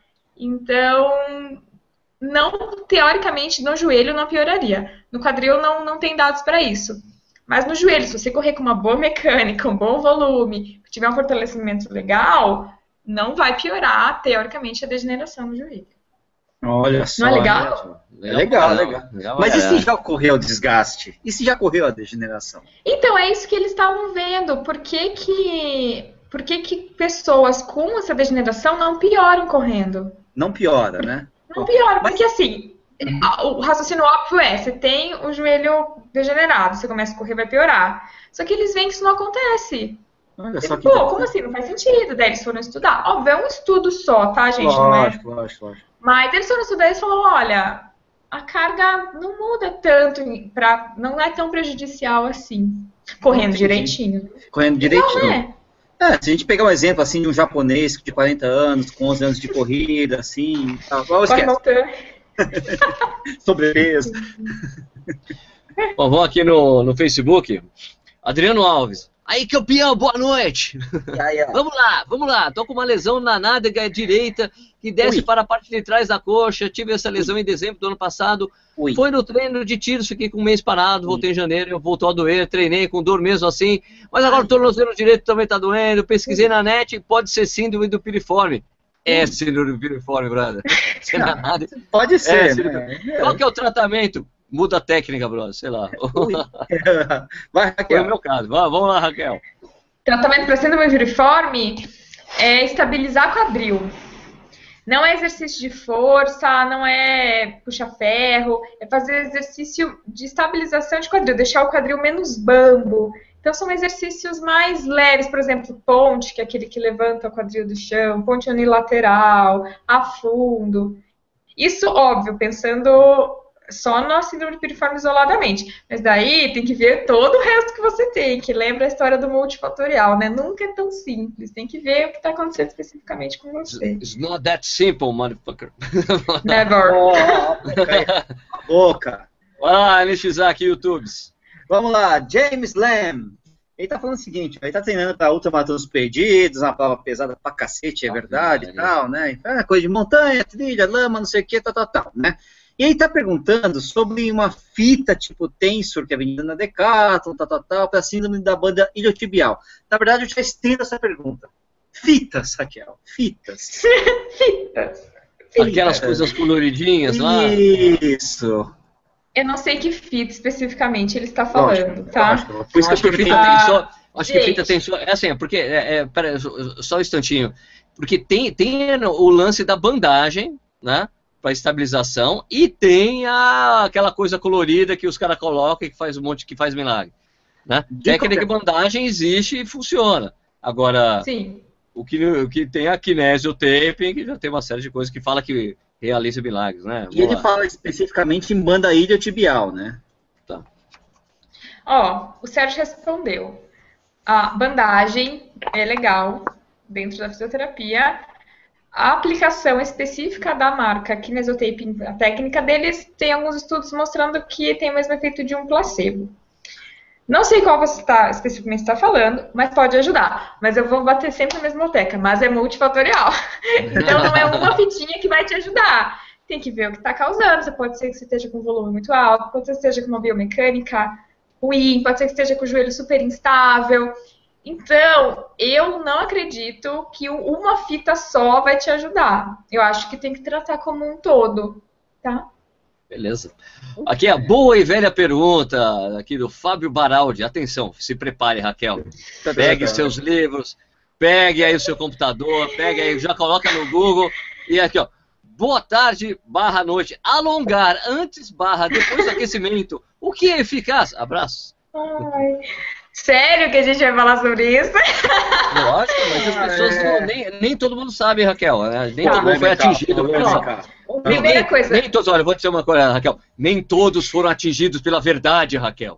Então, não, teoricamente, no joelho não pioraria. No quadril não, não tem dados para isso. Mas no joelho, se você correr com uma boa mecânica, um bom volume, tiver um fortalecimento legal, não vai piorar, teoricamente, a degeneração no joelho. Olha só. Não é legal? É legal, legal, legal. legal, Mas e galera. se já ocorreu o desgaste? E se já ocorreu a degeneração? Então, é isso que eles estavam vendo. Por que que, por que que pessoas com essa degeneração não pioram correndo? Não piora, né? Não piora, porque assim, o raciocínio óbvio é, você tem o joelho degenerado, você começa a correr, vai piorar. Só que eles veem que isso não acontece. Olha só que Pô, como assim? Não faz sentido. Daí eles foram estudar. Óbvio, é um estudo só, tá, gente? Não é... Lógico, lógico, lógico. Mas eles foram estudar e falaram, olha, a carga não muda tanto, pra... não é tão prejudicial assim, correndo Entendi. direitinho. Correndo direitinho. Não é. É, se a gente pegar um exemplo assim de um japonês de quarenta anos, com onze anos de corrida, assim, tal, qual Corre esquece? voltando. Sobrepeso. Bom, vamos aqui no, no Facebook. Adriano Alves. Aí, campeão, boa noite. Aí, ó. Vamos lá, vamos lá. Tô com uma lesão na nádega direita que desce Ui. para a parte de trás da coxa. Tive essa lesão em dezembro do ano passado. Ui. Foi no treino de tiros, fiquei com um mês parado, voltei em janeiro, eu voltou a doer, treinei com dor mesmo assim. Mas agora o tornozelo direito também tá doendo. Pesquisei na net, pode ser síndrome do piriforme. É síndrome do piriforme, brother. Você não é nada. Pode ser, É, né? Qual que é o tratamento? Muda a técnica, brother, sei lá. Ui. Vai, Foi o Raquel. meu caso. Vai, vamos lá, Raquel. Tratamento para síndrome piriforme é estabilizar quadril. Não é exercício de força, não é puxar ferro, é fazer exercício de estabilização de quadril, deixar o quadril menos bambo. Então são exercícios mais leves, por exemplo, ponte, que é aquele que levanta o quadril do chão, ponte unilateral, a fundo. Isso, óbvio, pensando só na síndrome piriforme isoladamente. Mas daí tem que ver todo o resto que você tem, que lembra a história do multifatorial, né? Nunca é tão simples. Tem que ver o que está acontecendo especificamente com você. It's not that simple, motherfucker. Never. Oh, boca. Ah, Nishizaki, YouTubes. Vamos lá, James Lamb. Ele tá falando o seguinte, ele tá treinando pra ultramaratona perdidos, uma prova pesada pra cacete, é verdade, e tal, né? É coisa de montanha, trilha, lama, não sei o que, tal, tal, tal, né? E ele está perguntando sobre uma fita tipo Tensor, que é vendida na Decathlon, tal, tal, tal, para síndrome da banda iliotibial. Na verdade, eu já estendo essa pergunta. Fitas, Raquel, fitas. Fitas. Aquelas coisas coloridinhas lá. Isso. Eu não sei que fita especificamente ele está falando, Lógico, tá? lógico. Por isso Acho que que eu fita perguntei. tem só. Acho que gente. fita tem só. É assim, é porque. É, é, pera, só- só um instantinho. Porque tem, tem o lance da bandagem, né? Para estabilização, e tem a, aquela coisa colorida que os caras colocam e que faz um monte, que faz milagre. Né? De Técnica de qualquer- bandagem existe e funciona. Agora, Sim. o que, o que tem a kinesiotaping, que já tem uma série de coisas que fala que realiza milagres, né? E ele fala especificamente em banda iliotibial, né? Ó, o Sérgio respondeu. A bandagem é legal dentro da fisioterapia. A aplicação específica da marca Kinesiotaping, a técnica deles, tem alguns estudos mostrando que tem o mesmo efeito de um placebo. Não sei qual você tá, especificamente está falando, mas pode ajudar. Mas eu vou bater sempre na mesma tecla, mas é multifatorial. Então não é uma fitinha que vai te ajudar. Tem que ver o que está causando. Você pode ser que você esteja com um volume muito alto, pode ser que você esteja com uma biomecânica ruim, pode ser que esteja com o joelho super instável. Então, eu não acredito que uma fita só vai te ajudar. Eu acho que tem que tratar como um todo, tá? Beleza. Aqui é a boa e velha pergunta aqui do Fábio Baraldi. Atenção, se prepare, Raquel. Pegue seus livros, pegue aí o seu computador, pegue aí, já coloca no Google. E aqui, ó. Boa tarde, barra noite. Alongar antes, barra depois do aquecimento. O que é eficaz? Abraço. Ai, sério que a gente vai falar sobre isso? Lógico, mas as pessoas é. não, nem, nem todo mundo sabe, Raquel. Né? Nem Tá. todo mundo foi Vem cá, atingido. vem Não, cá. nem, Primeira nem- coisa. nem todos, olha, eu vou dizer uma coisa, Raquel. Nem todos foram atingidos pela verdade, Raquel.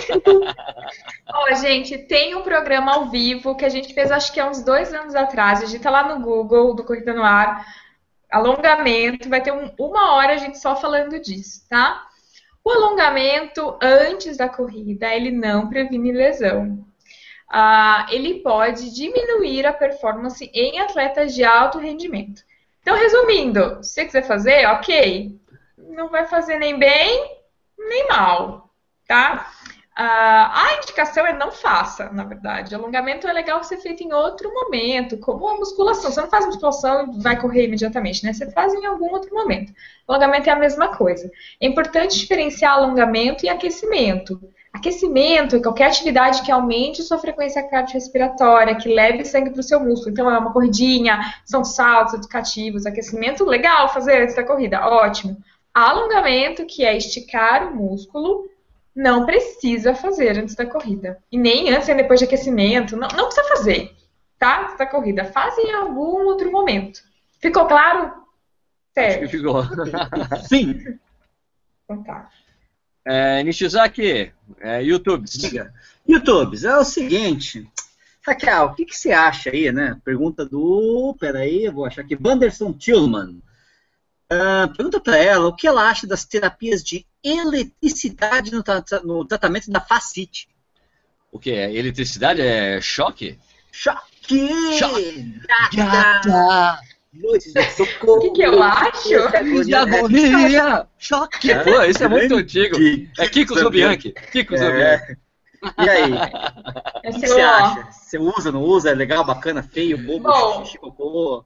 Ó, gente, tem um programa ao vivo que a gente fez, acho que há uns dois anos atrás. A gente tá lá no Google, do Corrida no Ar, alongamento, vai ter um- uma hora a gente só falando disso, tá? O alongamento antes da corrida, ele não previne lesão. Ah, ele pode diminuir a performance em atletas de alto rendimento. Então, resumindo, se você quiser fazer, ok, não vai fazer nem bem, nem mal, tá? Ah, a indicação é não faça, na verdade. Alongamento é legal ser feito em outro momento, como a musculação. Você não faz musculação e vai correr imediatamente, né? Você faz em algum outro momento. Alongamento é a mesma coisa. É importante diferenciar alongamento e aquecimento. Aquecimento é qualquer atividade que aumente sua frequência cardiorrespiratória, que leve sangue para o seu músculo. Então, é uma corridinha, são saltos educativos. Aquecimento, legal fazer antes da corrida, ótimo. Alongamento, que é esticar o músculo, não precisa fazer antes da corrida. E nem antes nem depois de aquecimento. Não, não precisa fazer, tá? Antes da corrida. Faz em algum outro momento. Ficou claro? Acho que Sério. ficou. Sim. Então tá. É, Nishizaki, é, YouTube. Diga. YouTube, é o seguinte. Raquel, o que, que você acha aí, né? Pergunta do... Peraí, eu vou achar aqui. Wanderson Tillman. Ah, pergunta para ela o que ela acha das terapias de eletricidade no, tra no tratamento da fascite. O que é? Eletricidade? É choque? Choque! Choque! Gata! Noites de socorro! O que, que eu acho? De agonia! Choque! Pô, isso é muito antigo. É Kiko Zobianchi. Kiko Zobianchi. E aí? É O que seu você ó. acha? Você usa, não usa? É legal, bacana, feio, bobo, Bom. xixi, cocô?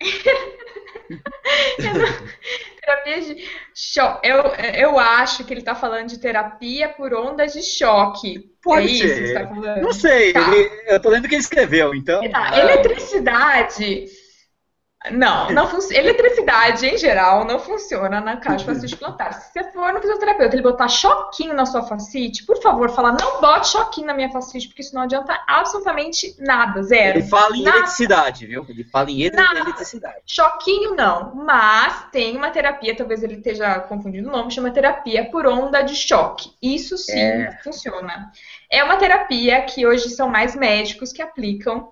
Terapia de choque. Eu, eu acho que ele tá falando de terapia por ondas de choque. Pode é isso ser. que você tá falando? Não sei, Tá. ele- eu tô lendo o que ele escreveu, então... Tá, ah, eletricidade. Não, não fun- eletricidade em geral não funciona na caixa de fascite plantar. Se você for no fisioterapeuta ele botar choquinho na sua fascite, por favor, fala, não bote choquinho na minha fascite, porque isso não adianta absolutamente nada, zero. Ele fala em Nada. eletricidade, viu? Ele fala em ele- Nada. eletricidade. Choquinho não, mas tem uma terapia, talvez ele esteja confundindo o nome, chama terapia por onda de choque. Isso sim É. funciona. É uma terapia que hoje são mais médicos que aplicam.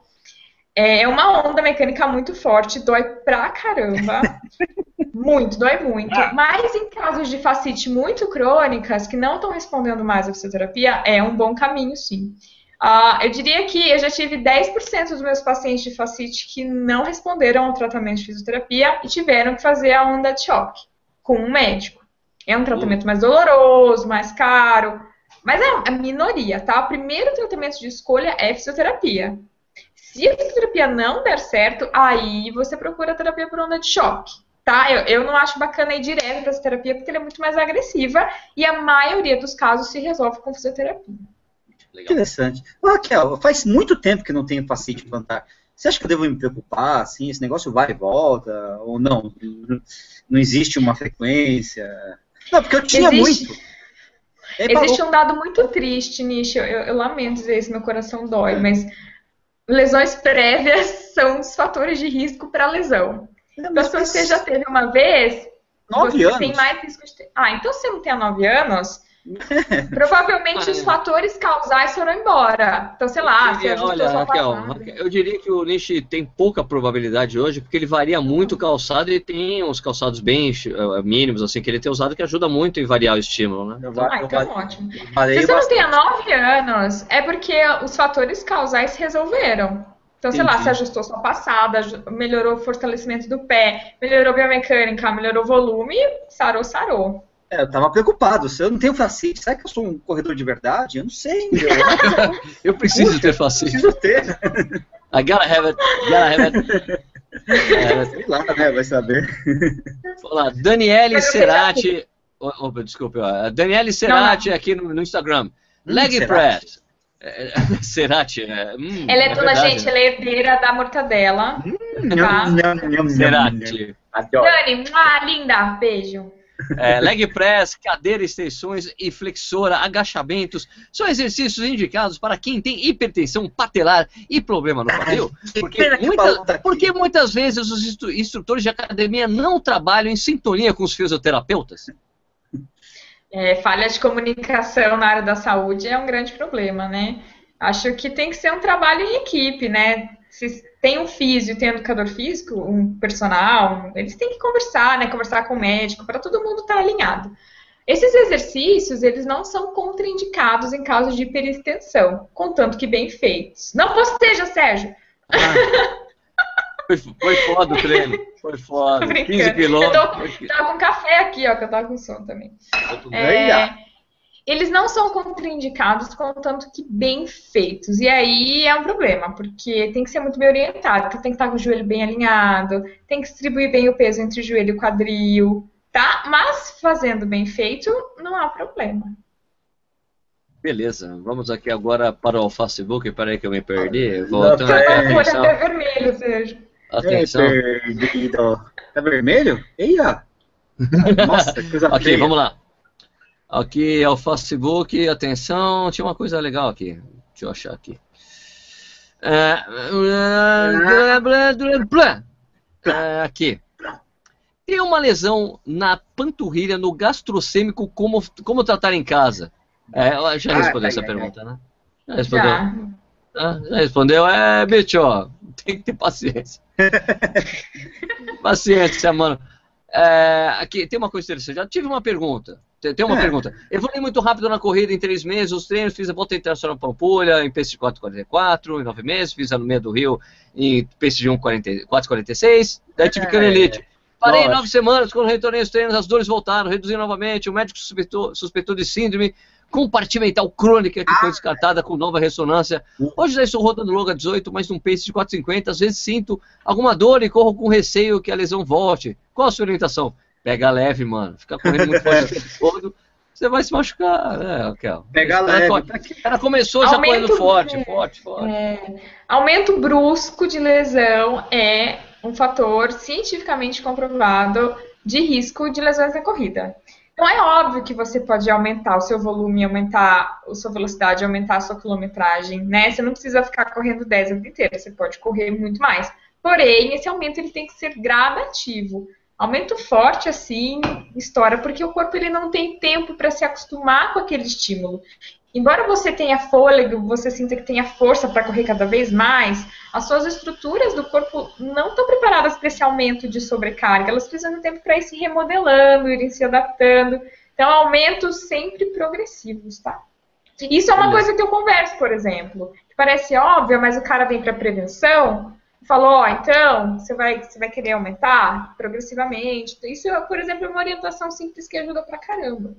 É uma onda mecânica muito forte, dói pra caramba. Muito, dói muito. Mas em casos de fascite muito crônicas, que não estão respondendo mais à fisioterapia, é um bom caminho, sim. Uh, eu diria que eu já tive dez por cento dos meus pacientes de fascite que não responderam ao tratamento de fisioterapia e tiveram que fazer a onda de choque com um médico. É um tratamento mais doloroso, mais caro, mas é a minoria, tá? O primeiro tratamento de escolha é fisioterapia. Se a fisioterapia não der certo, aí você procura a terapia por onda de choque, tá? Eu, eu não acho bacana ir direto para essa terapia porque ela é muito mais agressiva e a maioria dos casos se resolve com fisioterapia. Legal. Interessante. Ô, Raquel, faz muito tempo que não tenho fascite plantar. Você acha que eu devo me preocupar, assim, esse negócio vai e volta, ou não? Não existe uma frequência? Não, porque eu tinha Existe. muito. E aí Existe parou. um dado muito triste, Nishi, eu, eu lamento dizer isso, meu coração dói, mas lesões prévias são um dos fatores de risco para lesão. É, Então, mas se você faz já teve uma vez, nove você anos. tem mais risco de ter... Ah, então se você não tem há nove anos, provavelmente os fatores causais foram embora. Então, sei lá, você ajustou Olha, sua Raquel, passada. Raquel, eu diria que o Nishi tem pouca probabilidade hoje, porque ele varia muito o calçado e tem uns calçados bem uh, mínimos, assim, que ele tem usado, que ajuda muito em variar o estímulo, né? Eu va- Ah, eu então va- ótimo. eu varei Se você não bastante. tem há nove anos, é porque os fatores causais se resolveram. Então, sei lá, Entendi. você ajustou sua passada, aju- melhorou o fortalecimento do pé, melhorou a biomecânica, melhorou o volume, sarou, sarou. É, eu tava preocupado. Se eu não tenho fascite, será que eu sou um corredor de verdade? Eu não sei, meu. Eu preciso Puxa, ter fascite. Preciso ter. I gotta have it, gotta have it. É, Sei lá, né? Vai saber. vamos lá, Daniele Mas eu Cerati. Oh, oh, desculpe, ó. Daniele Cerati aqui no, no Instagram. Leg Cerati. press. É, Cerati. É, hum, Ela é, é dona verdade, gente, né? ela é herdeira da mortadela. Tá. Nham, nham, nham, nham. Cerati. Adoro. Dani, mua, linda, beijo. É, leg press, cadeira, extensões e flexora, agachamentos são exercícios indicados para quem tem hipertensão patelar e problema no quadril. Que Porque, pena que o muita- Paulo tá aqui. porque muitas vezes os instru- instrutores de academia não trabalham em sintonia com os fisioterapeutas. É, falha de comunicação na área da saúde é um grande problema, né? Acho que tem que ser um trabalho em equipe, né? Se tem um físio, tem um educador físico, um personal, eles têm que conversar, né? Conversar com o médico, para todo mundo estar alinhado. Esses exercícios, eles não são contraindicados em caso de hiperextensão, contanto que bem feitos. Não posteja, Sérgio! Foi, foi foda o treino. Foi foda. Tô brincando. quinze Eu quilômetros. tô, tava com café aqui, ó, que eu tava com sono também. Aí, ó. É, eles não são contraindicados, contanto que bem feitos. E aí é um problema, porque tem que ser muito bem orientado, porque tem que estar com o joelho bem alinhado, tem que distribuir bem o peso entre o joelho e o quadril, tá? Mas fazendo bem feito, não há problema. Beleza, vamos aqui agora para o Facebook. Peraí que eu me perdi. Não, Voltando é, aqui, Tô com o olho atenção. até vermelho, Sérgio. Atenção. É, perdido. Tá vermelho? Ei, ó. Nossa, que coisa Ok, feia. vamos lá. Aqui é o Facebook, atenção, tinha uma coisa legal aqui. Deixa eu achar aqui. É, é, aqui. Tem uma lesão na panturrilha, no gastrocêmico, como, como tratar em casa? É, eu já Ah, respondeu ai, essa ai, pergunta, né? Já respondeu? Já. Ah, já respondeu? É, bicho, ó, tem que ter paciência. Paciência, mano. É, aqui tem uma coisa interessante. Já tive uma pergunta. Tem, tem uma É. pergunta. Evolui muito rápido na corrida em três meses. Os treinos, fiz a volta internacional Pampulha em pace de quatro quarenta e quatro, em nove meses. Fiz a no meio do Rio em pace de quatro quarenta e seis. Daí tive É. canelite. Parei Lógico. nove semanas. Quando retornei aos treinos, as dores voltaram. Reduzi novamente. O médico suspeitou, suspeitou de síndrome compartimental crônica que foi descartada com nova ressonância. Hoje já estou rodando logo a dezoito, mas num pace de quatro cinquenta. Às vezes sinto alguma dor e corro com receio que a lesão volte. Qual a sua orientação? Pega leve, mano. Fica correndo muito forte o tempo todo, você vai se machucar, né, Raquel? Pega Esse cara leve. co- O cara começou já Aumento- correndo forte, é, forte, forte. É, aumento brusco de lesão é um fator cientificamente comprovado de risco de lesões na corrida. Então é óbvio que você pode aumentar o seu volume, aumentar a sua velocidade, aumentar a sua quilometragem, né? Você não precisa ficar correndo dez a vida inteira, você pode correr muito mais. Porém, esse aumento ele tem que ser gradativo. Aumento forte assim, estoura, porque o corpo ele não tem tempo para se acostumar com aquele estímulo. Embora você tenha fôlego, você sinta que tenha força para correr cada vez mais, as suas estruturas do corpo não estão preparadas para esse aumento de sobrecarga. Elas precisam de tempo para ir se remodelando, irem se adaptando. Então, aumentos sempre progressivos, tá? Isso é uma Beleza. coisa que eu converso, por exemplo, que parece óbvia, mas o cara vem para prevenção e falou, ó, então, você vai, você vai querer aumentar progressivamente. Isso, por exemplo, é uma orientação simples que ajuda pra caramba.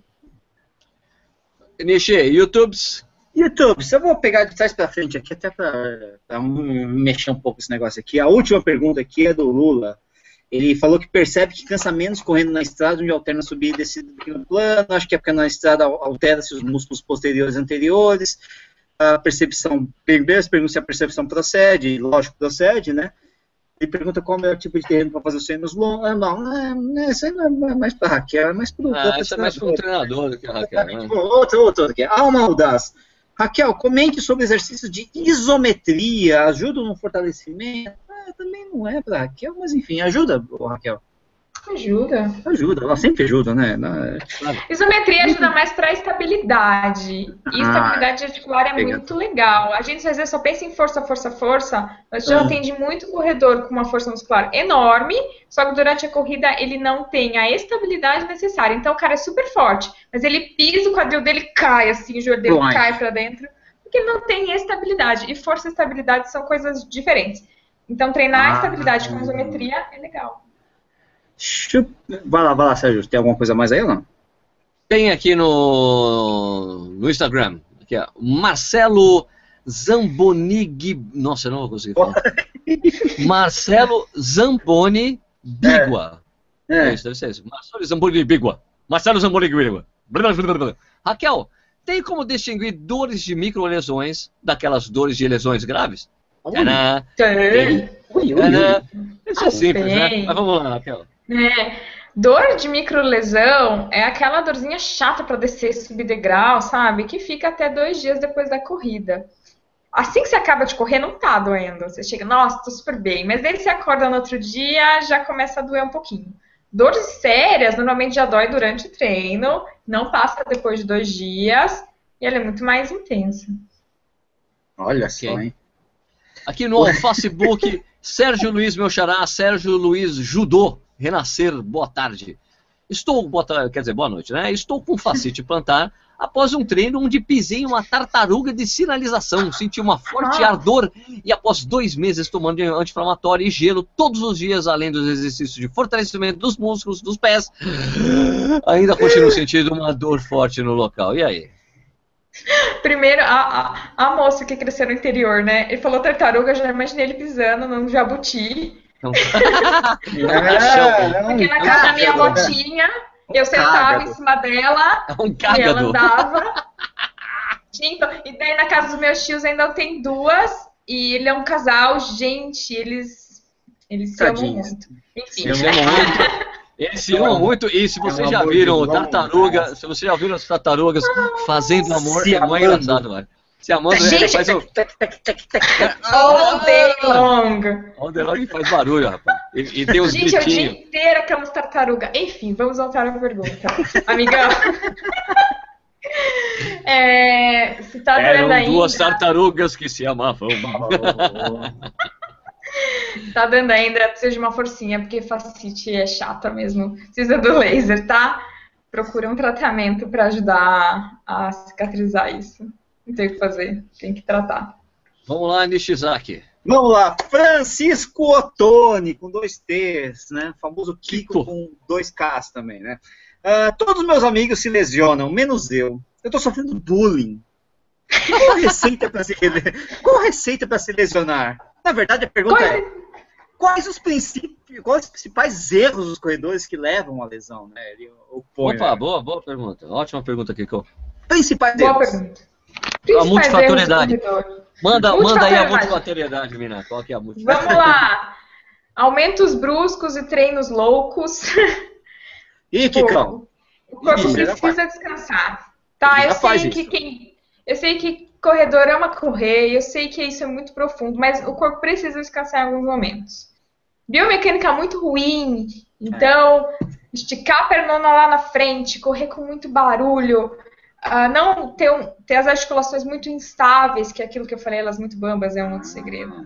Nishi, YouTubes. YouTube, se eu vou pegar de trás para frente aqui, até para mexer um pouco esse negócio aqui. A última pergunta aqui é do Lula. Ele falou que percebe que cansa menos correndo na estrada, onde alterna subida e descida do que no plano. Acho que é porque na estrada altera-se os músculos posteriores e anteriores. A percepção, primeiro se pergunta se a percepção procede, lógico que procede, né? Ele pergunta qual é o melhor tipo de terreno para fazer os treinos longos. Ah, não, é, isso aí não é mais para Raquel, é mais para o Ah, isso é mais para um treinador do que a Raquel, né? Outro, outro aqui. Alma Audaz. Raquel, comente sobre exercícios de isometria. Ajuda no fortalecimento? Ah, também não é para Raquel, mas enfim, ajuda, Raquel. Ajuda. Ajuda, ela sempre ajuda, né? Não, Isometria ajuda mais para estabilidade. E Ah, estabilidade articular é legal. muito legal. A gente às vezes só pensa em força, força, força, mas já Ah. atende muito corredor com uma força muscular enorme, só que durante a corrida ele não tem a estabilidade necessária. Então o cara é super forte, mas ele pisa, o quadril dele cai assim, o joelho dele Blind. cai para dentro, porque ele não tem estabilidade. E força e estabilidade são coisas diferentes. Então treinar a Ah. estabilidade com isometria é legal. Chup- Vai lá, vai lá, Sérgio. Tem alguma coisa mais aí ou não? Tem aqui no, no Instagram, aqui, ó, Marcelo Zambonig. Nossa, eu não vou conseguir falar. Marcelo Zamboni Bigua. É. É. isso, deve ser isso. Marcelo Zamboni Bigua. Marcelo Zamboni Bigua. Blá, blá, blá, blá. Raquel, tem como distinguir dores de microlesões daquelas dores de lesões graves? Tadã, Tem. Ui, ui, tadã. ui. Isso é simples, né? Tem. Mas vamos lá, Raquel. É, dor de microlesão é aquela dorzinha chata para descer e subir degrau, sabe? Que fica até dois dias depois da corrida. Assim que você acaba de correr, não tá doendo. Você chega, nossa, tô super bem. Mas daí você acorda no outro dia, já começa a doer um pouquinho. Dores sérias normalmente já dói durante o treino, não passa depois de dois dias e ela é muito mais intensa. Olha Ok. só, hein? Aqui no Facebook, Sérgio Luiz, meu xará, Sérgio Luiz Judô, Renascer, boa tarde. Estou, boa tarde, quer dizer, boa noite, né? Estou com fascite plantar após um treino onde pisei em uma tartaruga de sinalização. Senti uma forte Ah. ardor e após dois meses tomando anti-inflamatório e gelo todos os dias, além dos exercícios de fortalecimento dos músculos, dos pés, ainda continuo sentindo uma dor forte no local. E aí? Primeiro, a, a, a moça que cresceu no interior, né? Ele falou tartaruga, eu já imaginei ele pisando num jabuti. Então, É, Porque na não, casa da minha cágado, né? motinha, eu sentava cágado. em cima dela é um e ela cágado. andava. Então, e daí na casa dos meus tios ainda tem duas, e ele é um casal, gente, eles, eles se amam Tadinhos. muito. Enfim, Eles se amam muito. Eles se amam muito. E se vocês Pelo já amor de viram Deus, vamos tartaruga, lá. se vocês já viram as tartarugas fazendo amor, Se é muito amando. engraçado, mano. Se amando, ele Gente, faz o. all day long. O Delog faz barulho, rapaz. E, e tem uns Gente, é o dia gritinhos. inteiro aquelas tartarugas. Enfim, vamos voltar à pergunta. Amigão. É, se tá doendo Eram ainda. duas tartarugas que se amavam. Tá dando ainda, precisa de uma forcinha, porque fascite é chata mesmo. Precisa do laser, tá? Procura um tratamento para ajudar a cicatrizar isso. Não tem o que fazer, tem que tratar. Vamos lá, Nishizaki. Vamos lá, Francisco Ottoni, com dois T's, né? O famoso Kiko, Kiko com dois K's também, né? Uh, todos meus amigos se lesionam, menos eu. Eu tô sofrendo bullying. Qual a receita para se, Qual a receita para se lesionar? Na verdade, a pergunta Qual... é: quais os princípios, quais os principais erros dos corredores que levam à lesão, né? Ele opõe, Opa, né? boa, boa pergunta. Ótima pergunta, Kiko. Principais boa erros. Pergunta. A multifatoriedade. Manda, manda aí a multifatoriedade, Mina. Qual que é a multifatoriedade? Vamos lá. Aumentos bruscos e treinos loucos. Ih, Kikão. O corpo Ih, precisa descansar. Tá, eu sei que quem... Eu sei que corredor ama correr, eu sei que isso é muito profundo, mas o corpo precisa descansar em alguns momentos. Biomecânica muito ruim, então esticar a pernona lá na frente, correr com muito barulho, uh, não ter, um, ter as articulações muito instáveis, que é aquilo que eu falei, elas muito bambas, é um outro segredo.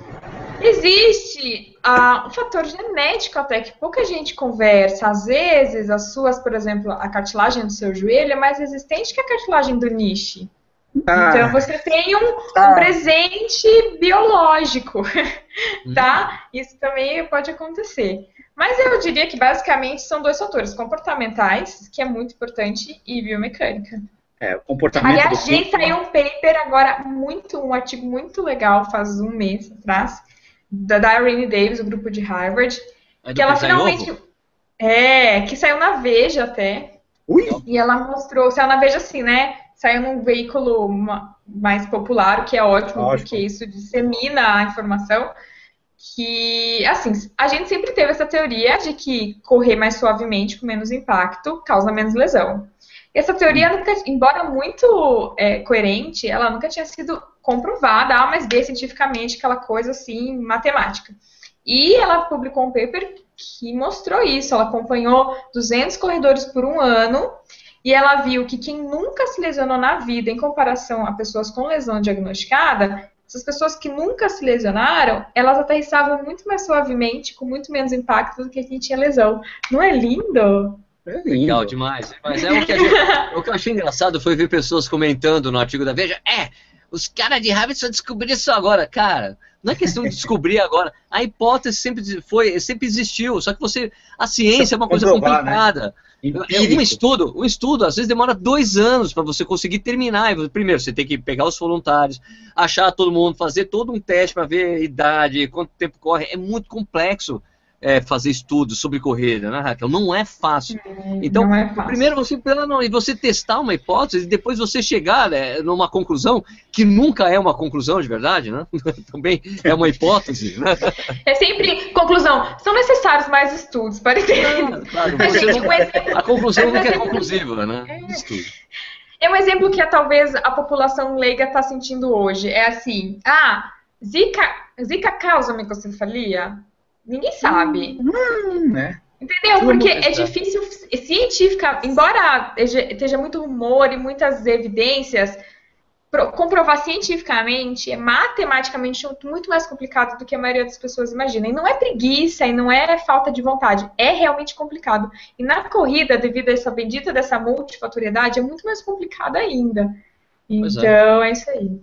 Existe uh, um fator genético até que pouca gente conversa. Às vezes, as suas, por exemplo, a cartilagem do seu joelho é mais resistente que a cartilagem do niche. Ah, então você tem um, ah. um presente biológico, tá? Isso também pode acontecer. Mas eu diria que basicamente são dois fatores, comportamentais, que é muito importante, e biomecânica. É, o comportamento. Aliás, a gente saiu um paper agora, muito, um artigo muito legal, faz um mês atrás, da Irene Davis, do grupo de Harvard, é que ela finalmente... Novo? É, que saiu na Veja até. Ui. E ela mostrou, saiu na Veja assim, né? Saiu num veículo mais popular, o que é ótimo, ótimo, porque isso dissemina a informação. Que, assim, a gente sempre teve essa teoria de que correr mais suavemente, com menos impacto, causa menos lesão. Essa teoria, nunca, embora muito é, coerente, ela nunca tinha sido comprovada, A mais B, cientificamente, aquela coisa assim, matemática. E ela publicou um paper que mostrou isso. Ela acompanhou duzentos corredores por um ano e ela viu que quem nunca se lesionou na vida, em comparação a pessoas com lesão diagnosticada, essas pessoas que nunca se lesionaram, elas aterrissavam muito mais suavemente, com muito menos impacto do que quem tinha lesão. Não é lindo? É legal demais. Mas é o que, a gente, o que eu achei engraçado foi ver pessoas comentando no artigo da Veja, é, os caras de Harvard só descobriram isso agora. Cara, não é questão de descobrir agora. A hipótese sempre foi, sempre existiu, só que você, a ciência é uma coisa complicada. Né? Um estudo, um estudo, às vezes demora dois anos para você conseguir terminar. Primeiro, você tem que pegar os voluntários, achar todo mundo, fazer todo um teste para ver a idade, quanto tempo corre. É muito complexo é, fazer estudos sobre corrida, né, Raquel? Não é fácil. Então, não é fácil. Primeiro você, e você testar uma hipótese e depois você chegar, né, numa conclusão que nunca é uma conclusão de verdade, né? Também é uma hipótese, né? É sempre conclusão. São necessários mais estudos para entender. Claro, claro. Você não, um exemplo, a conclusão nunca é conclusiva, né? É. É um exemplo que talvez a população leiga está sentindo hoje. É assim, ah, Zika, Zika causa microcefalia? Ninguém sabe. Hum, né? Entendeu? Porque é difícil, científica, embora esteja muito rumor e muitas evidências, comprovar cientificamente é matematicamente muito mais complicado do que a maioria das pessoas imagina. E não é preguiça, e não é falta de vontade, é realmente complicado. E na corrida, devido a essa bendita dessa multifatoriedade, é muito mais complicado ainda. Então, é. é isso aí.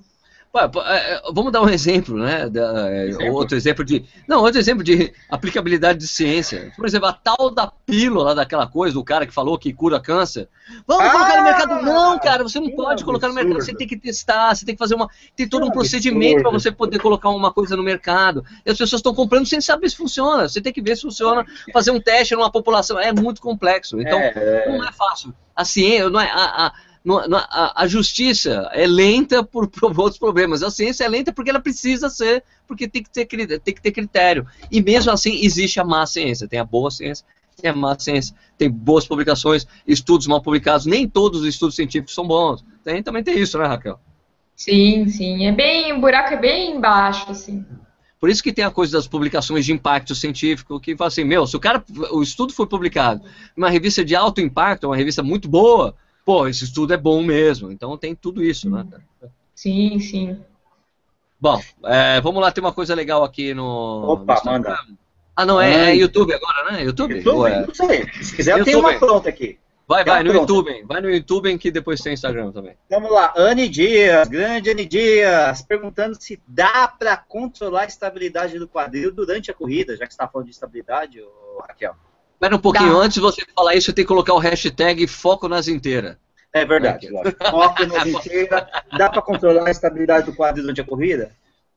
Vamos dar um exemplo, né? Da, exemplo? Outro exemplo de. Não, outro exemplo de aplicabilidade de ciência. Por exemplo, a tal da pílula daquela coisa, do cara que falou que cura câncer. Vamos ah, colocar no mercado. Não, cara, você não pode colocar no mercado. Você tem que testar, você tem que fazer uma. Tem todo um procedimento para você poder colocar uma coisa no mercado. E as pessoas estão comprando sem saber se funciona. Você tem que ver se funciona, fazer um teste numa população. É muito complexo. Então, é... não é fácil. A ciência, não é. A, a, A, a justiça é lenta por, por outros problemas. A ciência é lenta porque ela precisa ser, porque tem que ter, tem que ter critério. E mesmo assim existe a má ciência. Tem a boa ciência, tem a má ciência, tem boas publicações, estudos mal publicados. Nem todos os estudos científicos são bons. Tem, também tem isso, né, Raquel? Sim, sim. É bem, o buraco é bem baixo, assim. Por isso que tem a coisa das publicações de impacto científico, que fala assim, meu, se o cara, o estudo foi publicado em uma revista de alto impacto, uma revista muito boa, pô, esse estudo é bom mesmo. Então tem tudo isso, né? Sim, sim. Bom, é, vamos lá, tem uma coisa legal aqui no... Opa, no manda. Ah, não, é, é YouTube agora, né? YouTube? YouTube? É... Não sei. Se quiser, eu YouTube. tenho uma pronta aqui. Vai, Tem vai, uma no pronta. YouTube. Vai no YouTube que depois tem Instagram também. Vamos lá, Anne Dias, grande Anne Dias, perguntando se dá para controlar a estabilidade do quadril durante a corrida, já que você está falando de estabilidade, ô, Raquel. Espera um pouquinho, Dá. antes de você falar isso, eu tenho que colocar o hashtag foco nas inteiras. É verdade, Aqui. lógico. Foco nas inteiras. Dá para controlar a estabilidade do quadril durante a corrida?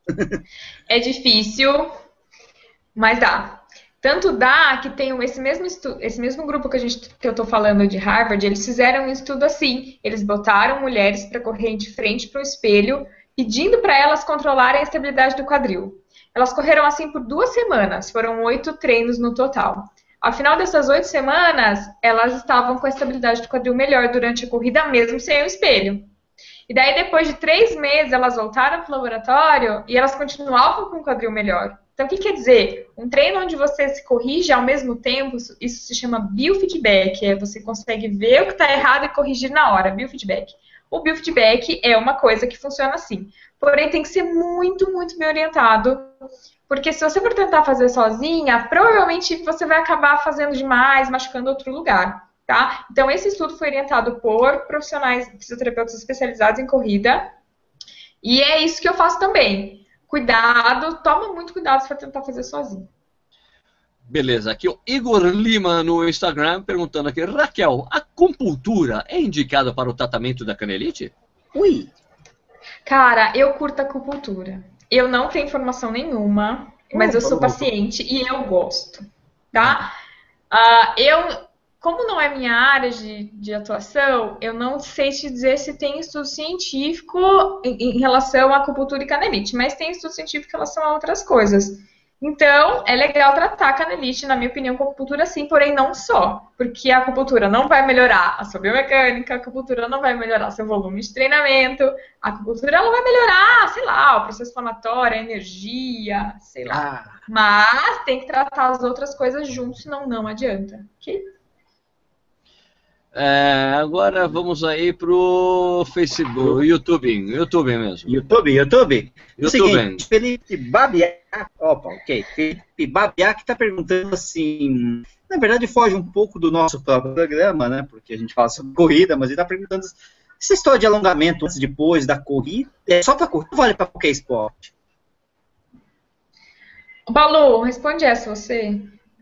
É difícil, mas dá. Tanto dá que tem esse mesmo, estu- esse mesmo grupo que, a gente, que eu estou falando de Harvard, eles fizeram um estudo assim. Eles botaram mulheres para correr de frente para o espelho, pedindo para elas controlarem a estabilidade do quadril. Elas correram assim por duas semanas, foram oito treinos no total. Ao final dessas oito semanas, elas estavam com a estabilidade do quadril melhor durante a corrida, mesmo sem o espelho. E daí, depois de três meses, elas voltaram para o laboratório e elas continuavam com o quadril melhor. Então, o que quer dizer? Um treino onde você se corrige ao mesmo tempo, isso se chama biofeedback. É, você consegue ver o que está errado e corrigir na hora, biofeedback. O biofeedback é uma coisa que funciona assim. Porém, tem que ser muito, muito bem orientado. Porque se você for tentar fazer sozinha, provavelmente você vai acabar fazendo demais, machucando outro lugar. Tá? Então, esse estudo foi orientado por profissionais, fisioterapeutas especializados em corrida. E é isso que eu faço também. Cuidado, toma muito cuidado se for tentar fazer sozinho. Beleza, aqui o Igor Lima no Instagram perguntando aqui, Raquel, a acupuntura é indicada para o tratamento da canelite? Ui! Cara, eu curto acupuntura. Eu não tenho informação nenhuma, mas eu sou paciente e eu gosto, tá? Uh, eu, como não é minha área de, de atuação, eu não sei te dizer se tem estudo científico em, em relação à acupuntura e canelite, mas tem estudo científico em relação a outras coisas. Então, é legal tratar a canelite, na minha opinião, com acupuntura sim, porém não só. Porque a acupuntura não vai melhorar a sua biomecânica, a acupuntura não vai melhorar seu volume de treinamento, a acupuntura ela vai melhorar, sei lá, o processo inflamatório, a energia, sei lá. Ah, Mas tem que tratar as outras coisas juntos, senão não adianta. Ok? É, agora vamos aí pro Facebook, YouTube, YouTube mesmo. YouTube, YouTube. O YouTube. seguinte, Felipe Babiac, opa, ok, Felipe Babiac está perguntando assim, na verdade foge um pouco do nosso próprio programa, né, porque a gente fala sobre corrida, mas ele está perguntando se essa história de alongamento antes e depois da corrida, é só para corrida ou vale para qualquer esporte? Balu, responde essa, você.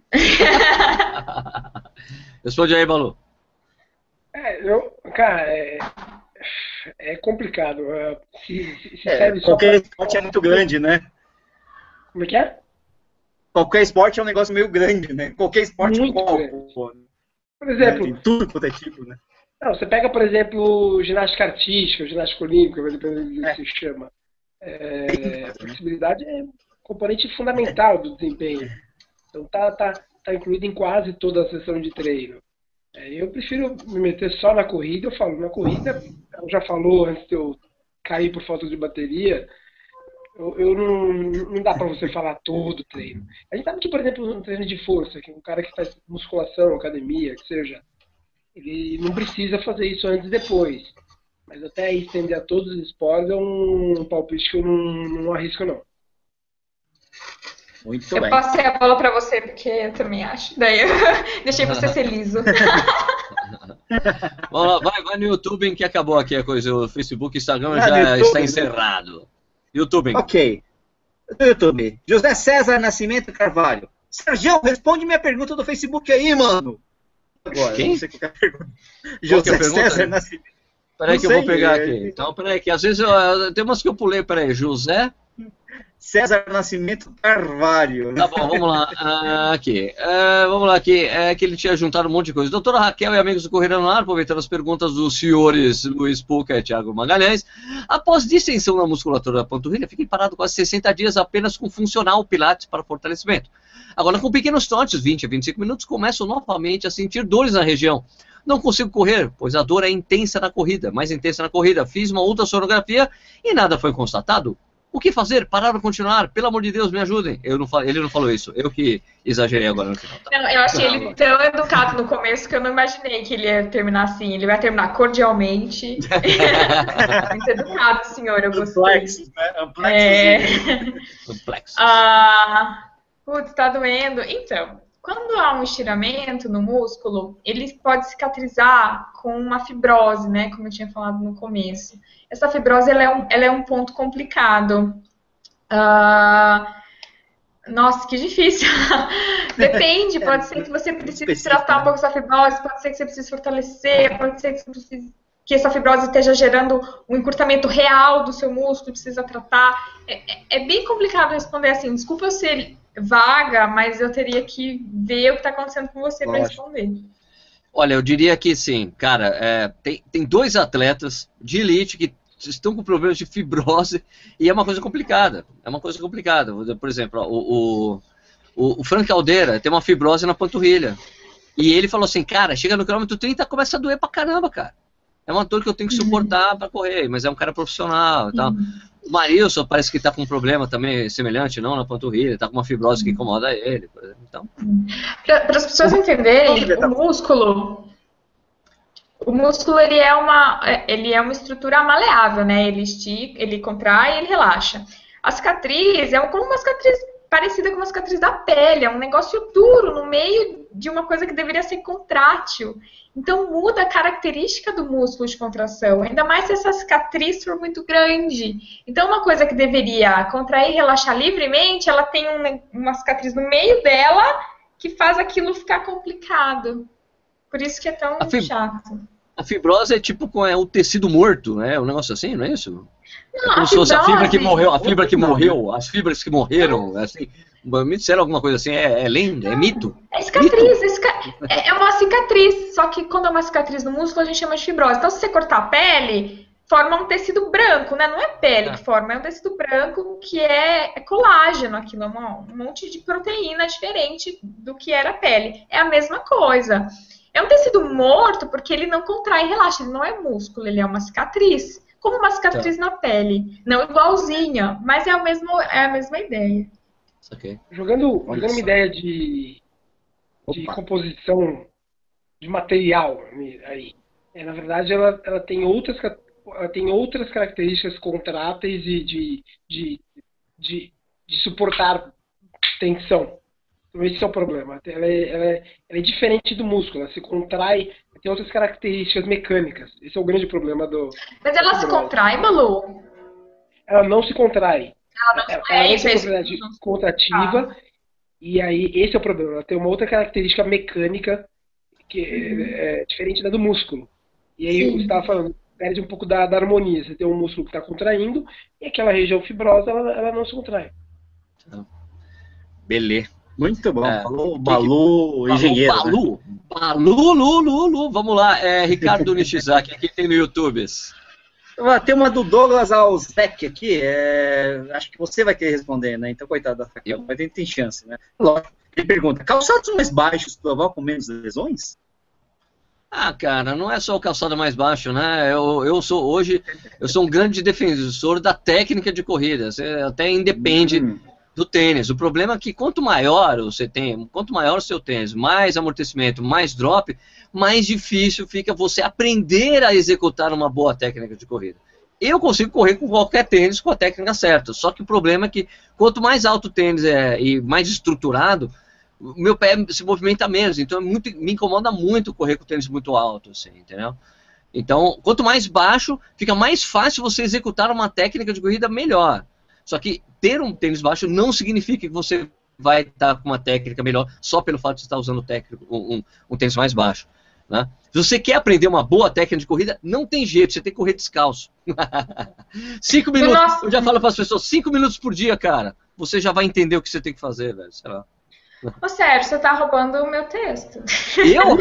Responde aí, Balu. É, eu, cara, é, é complicado. é, Se, se, se É, serve só qualquer pra- esporte é muito grande, né? Como é que é? Qualquer esporte é um negócio meio grande, né? Qualquer esporte Muito qual, grande. pô, Por né? exemplo, Tem tudo quanto é tipo, né? não, você pega, por exemplo, ginástica artística, ginástica olímpica, dependendo do que É. se chama. É, a flexibilidade é um componente fundamental do desempenho. Então tá, tá, tá incluído em quase toda a sessão de treino. É, eu prefiro me meter só na corrida. Eu falo, na corrida, ela já falou antes de eu cair por falta de bateria, eu, eu não, não dá pra você falar todo o treino. A gente sabe que, por exemplo, um treino de força, que um cara que faz musculação, academia, que seja, ele não precisa fazer isso antes e depois. Mas até aí estender a todos os esportes é um palpite que eu não, não arrisco, não. Muito Eu bem. passei a bola pra você, porque eu também acho. Daí eu deixei você ser liso. Vamos lá, vai, vai no YouTube que acabou aqui a coisa, o Facebook e o Instagram Vai já no YouTube, está né? encerrado. YouTube. Ok. No YouTube. José César Nascimento Carvalho. Sérgio, responde minha pergunta do Facebook aí, mano. Agora, Quem? não sei qual é a pergunta. Qual que é José a pergunta? César Nascimento. Peraí Não que eu vou sei, pegar é- aqui. Então, peraí, que às vezes eu, eu- tem umas que eu pulei, peraí. José. César Nascimento Carvalho. Tá bom, vamos lá. Ah, aqui. Ah, vamos lá, aqui. É que ele tinha juntado um monte de coisa. Doutora Raquel e amigos do Corrida no Ar, aproveitando as perguntas dos senhores Luiz Puca e Thiago Magalhães. Após distensão na musculatura da panturrilha, fiquei parado quase sessenta dias apenas com funcional Pilates para fortalecimento. Agora, com pequenos trotes, vinte a vinte e cinco minutos, começo novamente a sentir dores na região. Não consigo correr, pois a dor é intensa na corrida, mais intensa na corrida. Fiz uma ultrassonografia e nada foi constatado. O que fazer? Parar ou continuar? Pelo amor de Deus, me ajudem. Eu não falo, ele não falou isso. Eu que exagerei agora no final. Tá? Não, eu achei ele tão educado no começo que eu não imaginei que ele ia terminar assim. Ele vai terminar cordialmente. Muito educado, senhor. Eu gostei. Complexo, né? Complexo. É... Complexo. Ah, putz, tá doendo. Então, quando há um estiramento no músculo, ele pode cicatrizar com uma fibrose, né? Como eu tinha falado no começo. Essa fibrose ela é, um, ela é um ponto complicado. Ah, nossa, que difícil. Depende, pode ser que você precise tratar um pouco essa fibrose, pode ser que você precise fortalecer, pode ser que, você precise, que essa fibrose esteja gerando um encurtamento real do seu músculo, precisa tratar. É, é, é bem complicado responder assim. Desculpa eu ser vaga, mas eu teria que ver o que está acontecendo com você para responder. Olha, eu diria que sim, cara, é, tem, tem dois atletas de elite que estão com problemas de fibrose e é uma coisa complicada, é uma coisa complicada. Por exemplo, ó, o, o, o Frank Caldeira tem uma fibrose na panturrilha e ele falou assim, cara, chega no quilômetro trinta começa a doer pra caramba, cara. É uma dor que eu tenho que suportar para correr, mas é um cara profissional e tal. O Marilson parece que está com um problema também semelhante, não, na panturrilha, está com uma fibrose que incomoda ele, por exemplo. Então, para as pessoas entenderem, o músculo, o músculo ele é uma, ele é uma estrutura maleável, né? Ele estica, ele contrai e ele relaxa. A cicatriz é como uma cicatriz parecida com uma cicatriz da pele, é um negócio duro no meio de uma coisa que deveria ser contrátil. Então muda a característica do músculo de contração, ainda mais se essa cicatriz for muito grande. Então uma coisa que deveria contrair e relaxar livremente, ela tem um, uma cicatriz no meio dela que faz aquilo ficar complicado. Por isso que é tão a chato. A fibrose é tipo com é, o tecido morto, né? Um negócio assim, não é isso? Não, é como a se fosse a fibra que morreu, a fibra que não. morreu, as fibras que morreram, assim. Me disseram alguma coisa assim, é, é lenda, é mito? É cicatriz, é, cica... é uma cicatriz, só que quando é uma cicatriz no músculo a gente chama de fibrose. Então se você cortar a pele, forma um tecido branco, né? Não é pele Ah. que forma, é um tecido branco que é, é colágeno, aquilo é uma, um monte de proteína diferente do que era a pele. É a mesma coisa. É um tecido morto porque ele não contrai e relaxa, ele não é músculo, ele é uma cicatriz. Como uma cicatriz tá. na pele. Não igualzinha, mas é, o mesmo, é a mesma ideia. Okay. Jogando, jogando uma ideia de, de composição de material aí. É, na verdade, ela, ela, tem outras, ela tem outras características contráteis e de, de, de, de suportar tensão. Então, esse é o problema. Ela é, ela, é, ela é diferente do músculo, ela se contrai, tem outras características mecânicas. Esse é o grande problema do... Mas ela se contrai, Malu? Ela não se contrai. Ela não, ela é, não isso, tem é isso. propriedade contrativa, ah. E aí esse é o problema. Ela tem uma outra característica mecânica que uhum. é, é diferente da do músculo. E aí Sim. você estava falando, perde um pouco da, da harmonia. Você tem um músculo que está contraindo e aquela região fibrosa ela, ela não se contrai. Beleza. Muito bom. É, falou Balu, que, engenheiro. Balu, né? Balu, Lu, Lu, Lu. Vamos lá. É, Ricardo Nishizaki, aqui tem no YouTube. Tem uma do Douglas Alzec aqui, é... acho que você vai querer responder, né? Então, coitado da Raquel, mas tem, tem chance, né? Lógico. Ele pergunta, calçados mais baixos provam com menos lesões? Ah, cara, não é só o calçado mais baixo, né? Eu, eu sou, hoje, eu sou um grande defensor da técnica de corrida, você até independe hum. do tênis. O problema é que quanto maior você tem, quanto maior o seu tênis, mais amortecimento, mais drop, mais difícil fica você aprender a executar uma boa técnica de corrida. Eu consigo correr com qualquer tênis com a técnica certa, só que o problema é que quanto mais alto o tênis é e mais estruturado, o meu pé se movimenta menos, então é muito, me incomoda muito correr com tênis muito alto, assim, entendeu? Então, quanto mais baixo, fica mais fácil você executar uma técnica de corrida melhor. Só que ter um tênis baixo não significa que você vai estar com uma técnica melhor só pelo fato de estar usando técnico, um, um, um tênis mais baixo. Né? Se você quer aprender uma boa técnica de corrida, não tem jeito, você tem que correr descalço. Cinco minutos, Nossa. eu já falo para as pessoas, cinco minutos por dia, cara, você já vai entender o que você tem que fazer, velho, sei lá. Ô, Sérgio, você tá roubando o meu texto. Eu?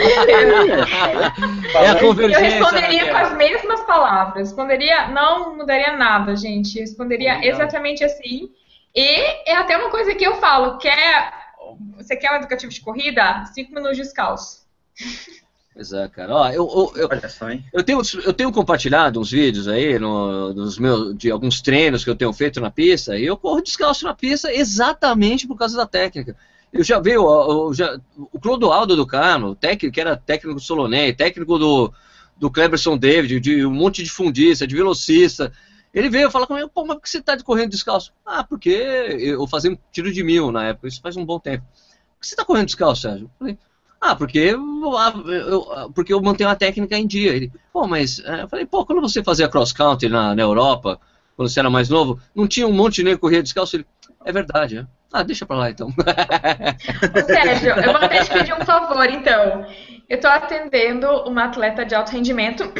É a convergência. Eu responderia com as mesmas palavras. Responderia, não mudaria nada, gente. Eu responderia não. exatamente assim. E é até uma coisa que eu falo, quer, você quer um educativo de corrida? Cinco minutos descalço. Pois é, cara. Ó, eu, eu, eu, Olha só, hein? eu, tenho, eu tenho compartilhado uns vídeos aí no, nos meus, de alguns treinos que eu tenho feito na pista, e eu corro descalço na pista exatamente por causa da técnica. Eu já vi o, já, o Clodoaldo do Carmo, técnico, que era técnico do Solonei, técnico do, do Cleberson David, de um monte de fundista, de velocista. Ele veio falar comigo, pô, mas por que você está correndo descalço? Ah, porque eu fazia um tiro de mil na época, isso faz um bom tempo. Por que você está correndo descalço, Sérgio? Eu falei, ah, porque eu, eu, porque eu mantenho a técnica em dia. Ele, pô, mas... Eu falei, pô, quando você fazia cross-country na, na Europa, quando você era mais novo, não tinha um monte de negro que corria descalço? Ele, é verdade, é. Ah, deixa pra lá, então. Ô, Sérgio, eu vou até te pedir um favor, então. Eu estou atendendo uma atleta de alto rendimento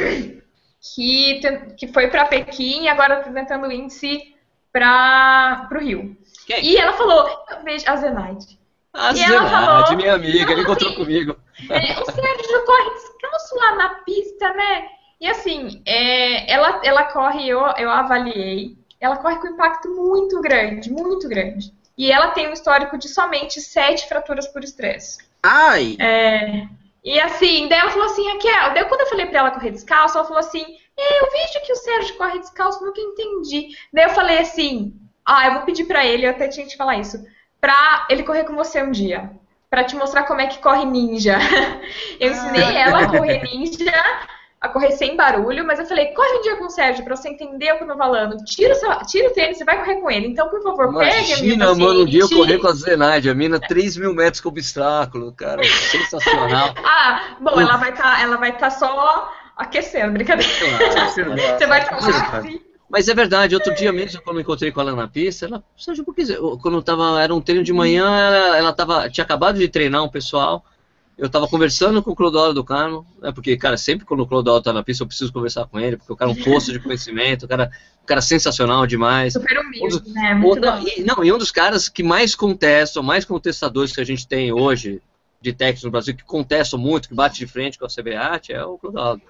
que, que foi para Pequim e agora está tentando o índice para o Rio. Quem? E ela falou, eu vejo a Zenaide. A Zenaide, minha amiga, ele encontrou assim, comigo. É, o Sérgio corre descalço lá na pista, né? E assim, é, ela, ela corre, eu, eu avaliei, ela corre com impacto muito grande, muito grande. E ela tem um histórico de somente sete fraturas por estresse. Ai! É, e assim, daí ela falou assim, Raquel, daí quando eu falei pra ela correr descalço, ela falou assim, eu vejo que o Sérgio corre descalço, nunca entendi. Daí eu falei assim, ah, eu vou pedir pra ele, eu até tinha que te falar isso, pra ele correr com você um dia, pra te mostrar como é que corre ninja. Eu ensinei ah. ela a correr ninja, a correr sem barulho, mas eu falei, corre um dia com o Sérgio pra você entender o que eu tô falando. Tira o, seu, tira o tênis, você vai correr com ele. Então, por favor, Imagina, pegue a minha Imagina, mano, um dia eu correr com a Zenaide, a mina três mil metros com obstáculo, cara, sensacional. Ah, bom, ela vai tá, ela vai estar tá só aquecendo, brincadeira. Ah, você vai estar tá assim. Mas é verdade, outro dia mesmo, quando eu encontrei com ela na pista, ela, Sérgio, por que quando eu tava, era um treino de manhã, ela, ela tava, tinha acabado de treinar um pessoal, eu tava conversando com o Clodoaldo do Carmo, né, porque, cara, sempre quando o Clodoaldo tá na pista eu preciso conversar com ele, porque o cara é um poço de conhecimento, o cara, o cara é sensacional demais. Super humilde, um dos, né? Muito outra, e, não, e um dos caras que mais contestam, mais contestadores que a gente tem hoje, de técnicos no Brasil, que contestam muito, que bate de frente com a C B A T, é o Clodoaldo.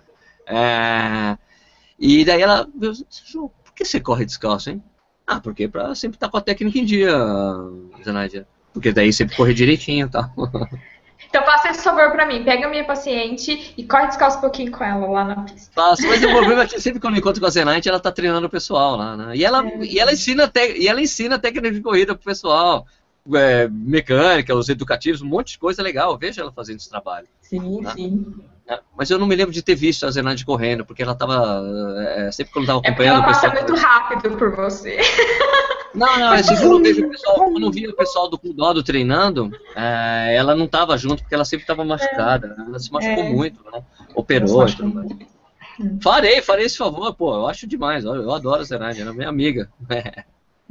É... E daí ela, por que você corre descalço, hein? Ah, porque pra sempre estar com a técnica em dia, Zenaide. Porque daí sempre correr direitinho e tal. Então faça esse favor pra mim, pega a minha paciente e corre descalço um pouquinho com ela lá na pista. Faço, mas o problema é que sempre quando eu encontro com a Zenaide, ela tá treinando o pessoal lá, né? E ela, é. e ela, ensina, te, e ela ensina técnica de corrida pro pessoal. É, mecânica, os educativos, um monte de coisa legal. Eu vejo ela fazendo esse trabalho. Sim, tá? sim. É, mas eu não me lembro de ter visto a Zenaide correndo, porque ela tava. É, sempre quando eu tava acompanhando é o pessoal. Ela passa muito rápido por você. Não, não, é assim, quando eu vejo o pessoal, quando eu via o pessoal do Clodoaldo treinando, é, ela não tava junto, porque ela sempre tava machucada. Ela se machucou é. muito, né? Operou e tudo mais. Farei, farei esse favor, pô. Eu acho demais. Eu, eu adoro a Zenaide, ela é minha amiga. É.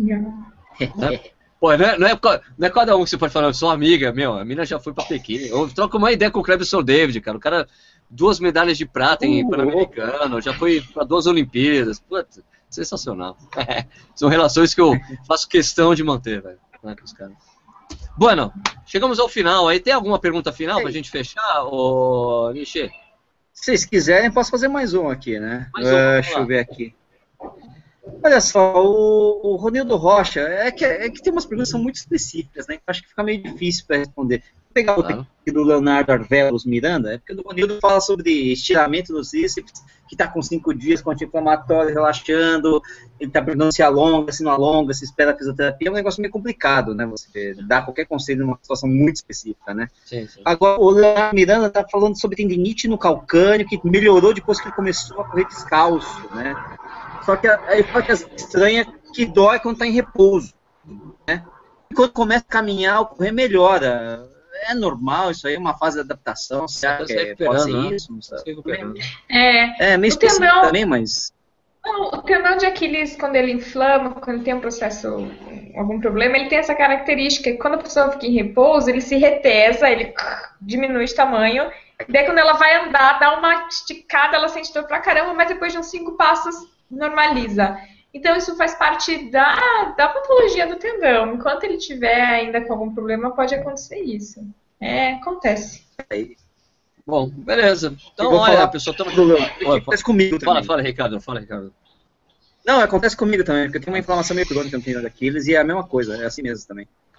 É. Pô, não é, não, é, não é cada um que você pode falar, eu sou amiga, meu, a mina já foi pra Pequim. Eu troco uma ideia com o Cleberson David, cara. O cara, duas medalhas de prata em uh, Pan-Americano, já foi pra duas Olimpíadas. Putz, sensacional. É, são relações que eu faço questão de manter, velho, né, com os caras. Bueno, chegamos ao final. Aí tem alguma pergunta final Ei. pra gente fechar, ô Nishi? Se vocês quiserem, posso fazer mais um aqui, né? Mais um, uh, deixa eu ver aqui. Olha só, o, o Ronildo Rocha, é que, é que tem umas perguntas que são muito específicas, né? Que eu acho que fica meio difícil para responder. Vou pegar claro. o do Leonardo Arvelos Miranda, é porque o Ronildo fala sobre estiramento dos bíceps, que está com cinco dias com anti-inflamatório, relaxando, ele está perguntando se alonga, se não alonga, se espera a fisioterapia, é um negócio meio complicado, né? Você dar qualquer conselho numa situação muito específica, né? Sim, sim. Agora, o Leonardo Miranda está falando sobre tendinite no calcâneo, que melhorou depois que ele começou a correr descalço, né? Só que aí fala que é estranha que dói quando está em repouso, né? E quando começa a caminhar, o correr melhora. É normal, isso aí é uma fase de adaptação. Você acha que é, pode ser né? isso? Não sabe? É, é meio específico tendão, também, mas... Não, o tendão de Aquiles, quando ele inflama, quando ele tem um processo, algum problema, ele tem essa característica que quando a pessoa fica em repouso, ele se retesa, ele diminui de tamanho. Daí quando ela vai andar, dá uma esticada, ela sente dor pra caramba, mas depois de uns cinco passos normaliza. Então isso faz parte da, da patologia do tendão. Enquanto ele tiver ainda com algum problema, pode acontecer isso. É, acontece. Bom, beleza. Então, olha, falar, pessoal, estamos... Acontece comigo fala, também. Fala, Ricardo, fala, Ricardo. Não, acontece comigo também, porque eu tenho uma inflamação meio crônica no tendão de Aquiles e é a mesma coisa, é assim mesmo também.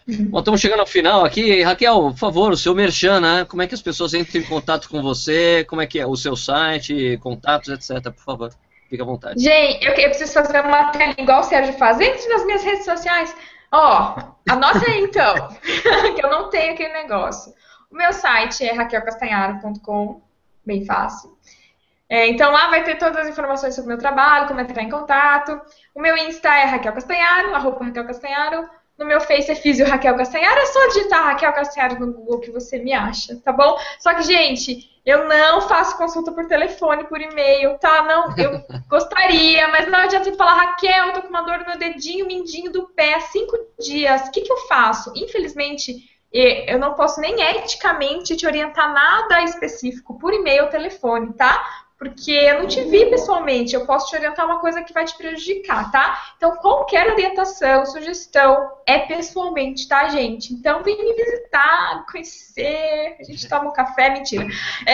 Bom, estamos chegando ao final aqui. Raquel, por favor, o seu merchan, né? Como é que as pessoas entram em contato com você? Como é que é o seu site, contatos, etcétera. Por favor, fica à vontade. Gente, eu, eu preciso fazer uma tela igual o Sérgio faz. Entre nas minhas redes sociais. Ó, anota aí então, que eu não tenho aquele negócio. O meu site é raquel castanharo ponto com, bem fácil. É, então lá vai ter todas as informações sobre o meu trabalho, como entrar em contato. O meu Insta é Raquel Castanharo, arroba Raquel Castanharo. No meu Face é Físio Raquel Castanharo. É só digitar Raquel Castanharo no Google que você me acha, tá bom? Só que, gente, eu não faço consulta por telefone, por e-mail, tá? Não, eu gostaria, mas não adianta você falar, Raquel, eu tô com uma dor no meu dedinho, mindinho do pé há cinco dias. O que que eu faço? Infelizmente, eu não posso nem eticamente te orientar nada específico por e-mail ou telefone, tá? Porque eu não te vi pessoalmente, eu posso te orientar uma coisa que vai te prejudicar, tá? Então, qualquer orientação, sugestão, é pessoalmente, tá, gente? Então, vem me visitar, conhecer, a gente toma um café, mentira.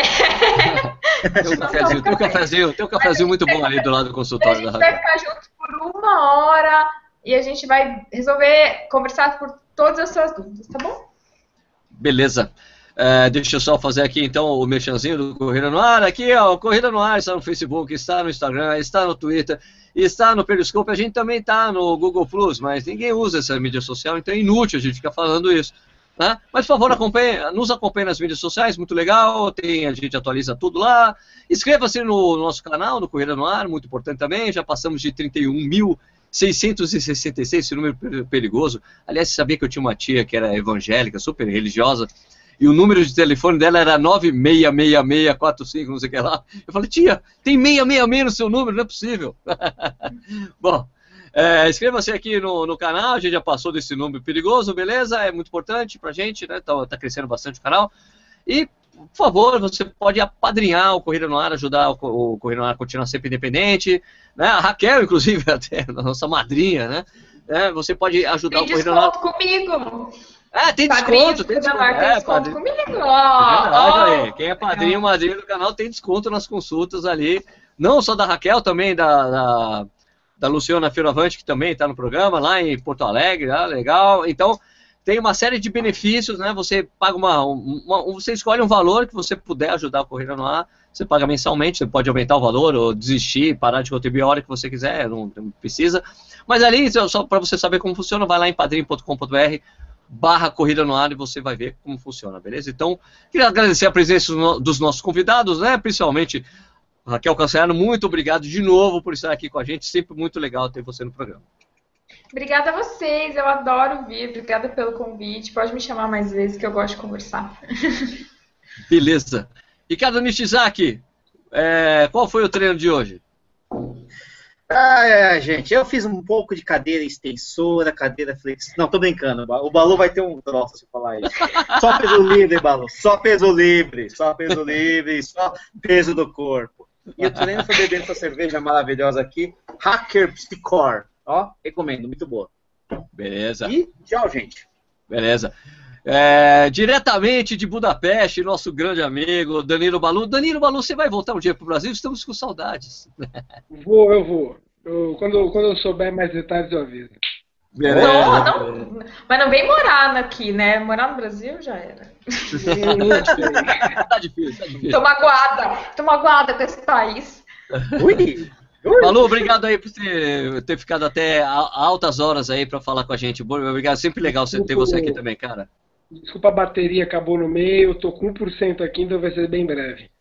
É... Tem um cafezinho, tem um cafezinho, tem um cafezinho muito bom ali do lado do consultório da Raquel. A gente vai ficar junto por uma hora e a gente vai resolver, conversar por todas as suas dúvidas, tá bom? Beleza. Uh, deixa eu só fazer aqui então o merchanzinho do Corrida no Ar. Aqui, ó, o Corrida no Ar está no Facebook, está no Instagram, está no Twitter, está no Periscope. A gente também está no Google Plus, mas ninguém usa essa mídia social, então é inútil a gente ficar falando isso. Né? Mas, por favor, acompanhe, nos acompanhe nas mídias sociais, muito legal. Tem, a gente atualiza tudo lá. Inscreva-se no nosso canal, no Corrida no Ar, muito importante também. Já passamos de trinta e um mil seiscentos e sessenta e seis, esse número perigoso. Aliás, você sabia que eu tinha uma tia que era evangélica, super religiosa, e o número de telefone dela era nove seis seis seis quatro cinco, não sei o que lá. Eu falei, tia, tem seis seis seis no seu número, não é possível. Bom, é, inscreva-se aqui no, no canal, a gente já passou desse número perigoso, beleza? É muito importante pra gente, né? Tá, tá crescendo bastante o canal. E, por favor, você pode apadrinhar o Corrida no Ar, ajudar o, o Corrida no Ar a continuar sempre independente. Né? A Raquel, inclusive, até, a nossa madrinha, né? É, você pode ajudar tem o Corrida no Ar. Comigo! Ah, tem desconto, tem desconto. Mar, tem é, desconto padrinho. comigo, ó, ó. Quem é padrinho ou madrinha do canal tem desconto nas consultas ali, não só da Raquel, também da, da, da Luciana Fioravante, que também está no programa, lá em Porto Alegre, ah, legal. Então, tem uma série de benefícios, né? Você paga uma, uma, você escolhe um valor que você puder ajudar a Corrida no Ar, você paga mensalmente, você pode aumentar o valor ou desistir, parar de contribuir a hora que você quiser, não, não precisa. Mas ali, só para você saber como funciona, vai lá em padrim ponto com ponto br barra Corrida no Ar e você vai ver como funciona, beleza? Então, queria agradecer a presença dos nossos convidados, né? Principalmente Raquel Castanharo, muito obrigado de novo por estar aqui com a gente, sempre muito legal ter você no programa. Obrigada a vocês, eu adoro vir, obrigada pelo convite, pode me chamar mais vezes que eu gosto de conversar. Beleza. Ricardo Nishizaki, é, qual foi o treino de hoje? Ah, é, gente, eu fiz um pouco de cadeira extensora, cadeira flexível. Não, tô brincando, o Balu vai ter um troço se eu falar isso. Só peso livre, Balu, só peso livre, só peso livre, só peso do corpo. E o treino foi bebendo essa cerveja maravilhosa aqui, Hacker Psychor. Ó, recomendo, muito boa. Beleza. E tchau, gente. Beleza. É, diretamente de Budapeste, nosso grande amigo Danilo Balu. Danilo Balu, você vai voltar um dia para o Brasil? Estamos com saudades. Vou, eu vou. Eu, quando, quando eu souber mais detalhes, eu aviso. Beleza. Não, não, mas não vem morar aqui, né? Morar no Brasil já era. Tá difícil, tá difícil. Tô magoada, tô magoada com esse país. Ui! Balu, obrigado aí por ter, ter ficado até altas horas aí para falar com a gente. Obrigado, sempre legal ter você aqui também, cara. Desculpa, a bateria acabou no meio, eu tô com um por cento aqui, então vai ser bem breve.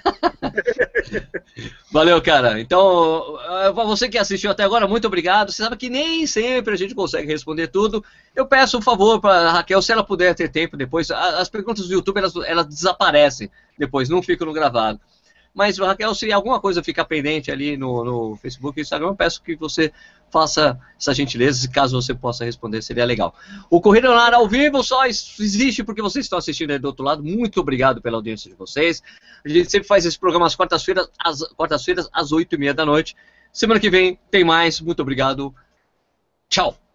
Valeu, cara. Então, para você que assistiu até agora, muito obrigado. Você sabe que nem sempre a gente consegue responder tudo. Eu peço um favor para a Raquel, se ela puder ter tempo depois. As perguntas do YouTube, elas, elas desaparecem depois, não ficam no gravado. Mas, Raquel, se alguma coisa ficar pendente ali no, no Facebook e Instagram, eu peço que você faça essa gentileza, caso você possa responder, seria legal. O Corrida no Ar ao vivo só existe porque vocês estão assistindo aí do outro lado. Muito obrigado pela audiência de vocês. A gente sempre faz esse programa às quartas-feiras, às quartas-feiras, às oito e meia da noite. Semana que vem tem mais. Muito obrigado. Tchau.